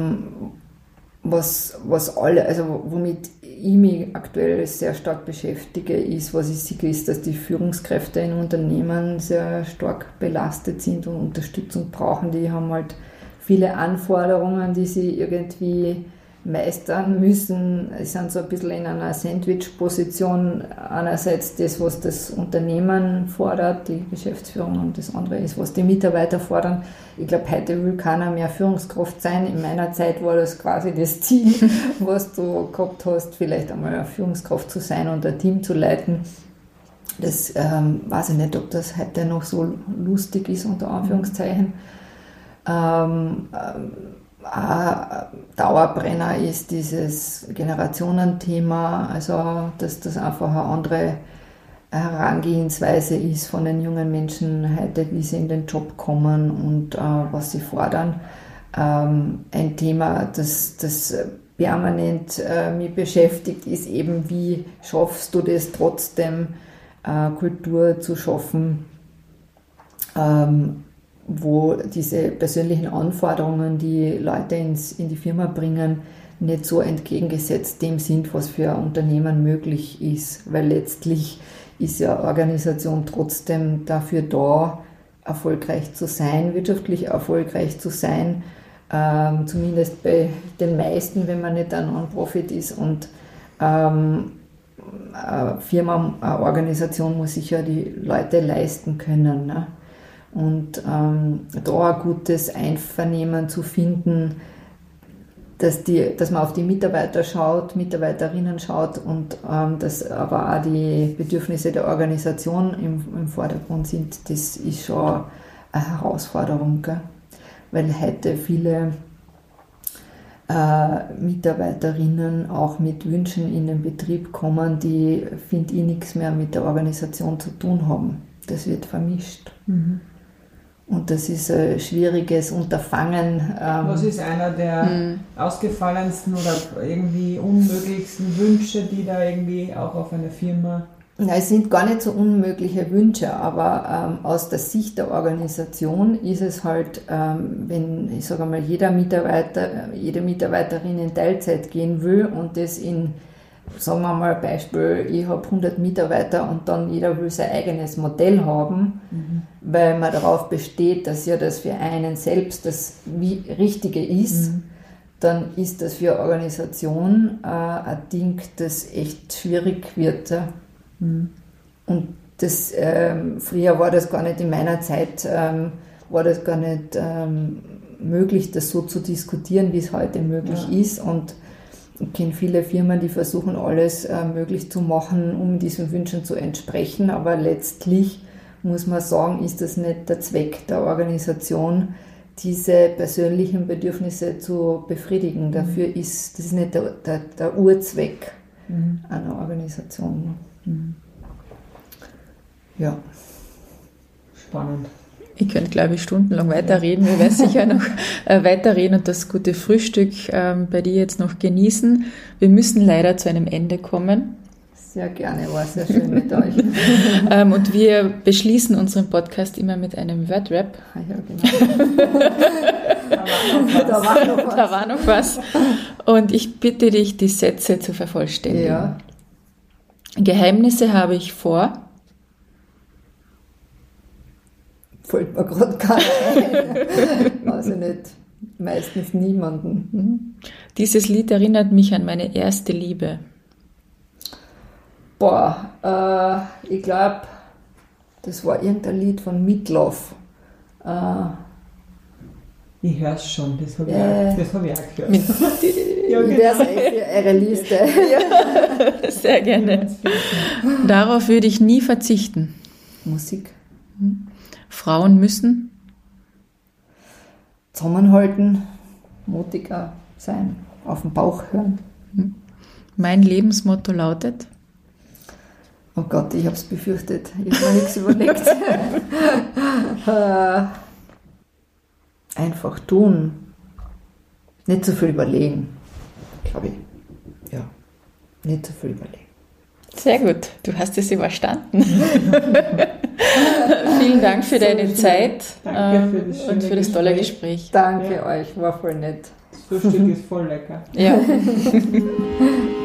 womit ich mich aktuell sehr stark beschäftige, ist, was ich sehe, ist, dass die Führungskräfte in Unternehmen sehr stark belastet sind und Unterstützung brauchen. Die haben halt viele Anforderungen, die sie irgendwie meistern müssen. Sie sind so ein bisschen in einer Sandwich-Position. Einerseits das, was das Unternehmen fordert, die Geschäftsführung, und das andere ist, was die Mitarbeiter fordern. Ich glaube, heute will keiner mehr Führungskraft sein. In meiner Zeit war das quasi das Ziel, was du gehabt hast, vielleicht einmal eine Führungskraft zu sein und ein Team zu leiten. Das weiß ich nicht, ob das heute noch so lustig ist, unter Anführungszeichen. Dauerbrenner ist dieses Generationenthema, also dass das einfach eine andere Herangehensweise ist von den jungen Menschen heute, wie sie in den Job kommen und was sie fordern. Ein Thema, das permanent mich beschäftigt, ist eben, wie schaffst du das trotzdem, Kultur zu schaffen, wo diese persönlichen Anforderungen, die Leute in die Firma bringen, nicht so entgegengesetzt dem sind, was für ein Unternehmen möglich ist. Weil letztlich ist ja eine Organisation trotzdem dafür da, erfolgreich zu sein, wirtschaftlich erfolgreich zu sein, zumindest bei den meisten, wenn man nicht ein Non-Profit ist. Und eine Firma, eine Organisation muss sich ja die Leute leisten können, ne? Und da ein gutes Einvernehmen zu finden, dass man auf die Mitarbeiter schaut, Mitarbeiterinnen schaut und dass aber auch die Bedürfnisse der Organisation im Vordergrund sind, das ist schon eine Herausforderung, gell? Weil heute viele Mitarbeiterinnen auch mit Wünschen in den Betrieb kommen, die, finde ich, nichts mehr mit der Organisation zu tun haben. Das wird vermischt. Mhm. Und das ist ein schwieriges Unterfangen. Was ist einer der ausgefallensten oder irgendwie unmöglichsten Wünsche, die da irgendwie auch auf einer Firma... Ja, es sind gar nicht so unmögliche Wünsche, aber aus der Sicht der Organisation ist es halt, wenn, ich sage mal, jede Mitarbeiterin in Teilzeit gehen will und das in, sagen wir mal Beispiel, ich habe 100 Mitarbeiter und dann jeder will sein eigenes Modell haben, weil man darauf besteht, dass ja das für einen selbst das Richtige ist, dann ist das für eine Organisation ein Ding, das echt schwierig wird. Und das, früher war das gar nicht, in meiner Zeit war das gar nicht möglich, das so zu diskutieren, wie es heute möglich ist. Und ich kenne viele Firmen, die versuchen, alles möglich zu machen, um diesen Wünschen zu entsprechen. Aber letztlich muss man sagen, ist das nicht der Zweck der Organisation, diese persönlichen Bedürfnisse zu befriedigen. Dafür ist das nicht der Urzweck einer Organisation. Ja. Spannend. Ich könnte, glaube ich, stundenlang weiterreden. Wir werden sicher noch weiterreden und das gute Frühstück bei dir jetzt noch genießen. Wir müssen leider zu einem Ende kommen. Sehr gerne, war sehr schön mit euch. Und wir beschließen unseren Podcast immer mit einem Wordrap. Ah, ja, genau. Da war noch was. Und ich bitte dich, die Sätze zu vervollständigen. Ja. Geheimnisse habe ich vor. Fällt mir gerade keiner ein. Also nicht, meistens niemanden. Dieses Lied erinnert mich an meine erste Liebe. Ich glaube, das war irgendein Lied von Meatloaf. Ich höre es schon, das habe ich auch gehört. Ich werde für eure Liste. Ja, sehr gerne. Darauf würde ich nie verzichten. Musik. Frauen müssen zusammenhalten, mutiger sein, auf den Bauch hören. Mein Lebensmotto lautet? Oh Gott, ich habe es befürchtet. Ich habe mir nichts überlegt. Einfach tun. Nicht zu viel überlegen, glaube ich. Ja, nicht zu viel überlegen. Sehr gut, du hast es überstanden. Vielen Dank für deine Zeit und für das tolle Gespräch. Danke euch, war voll nett. Das Frühstück ist voll lecker. Ja.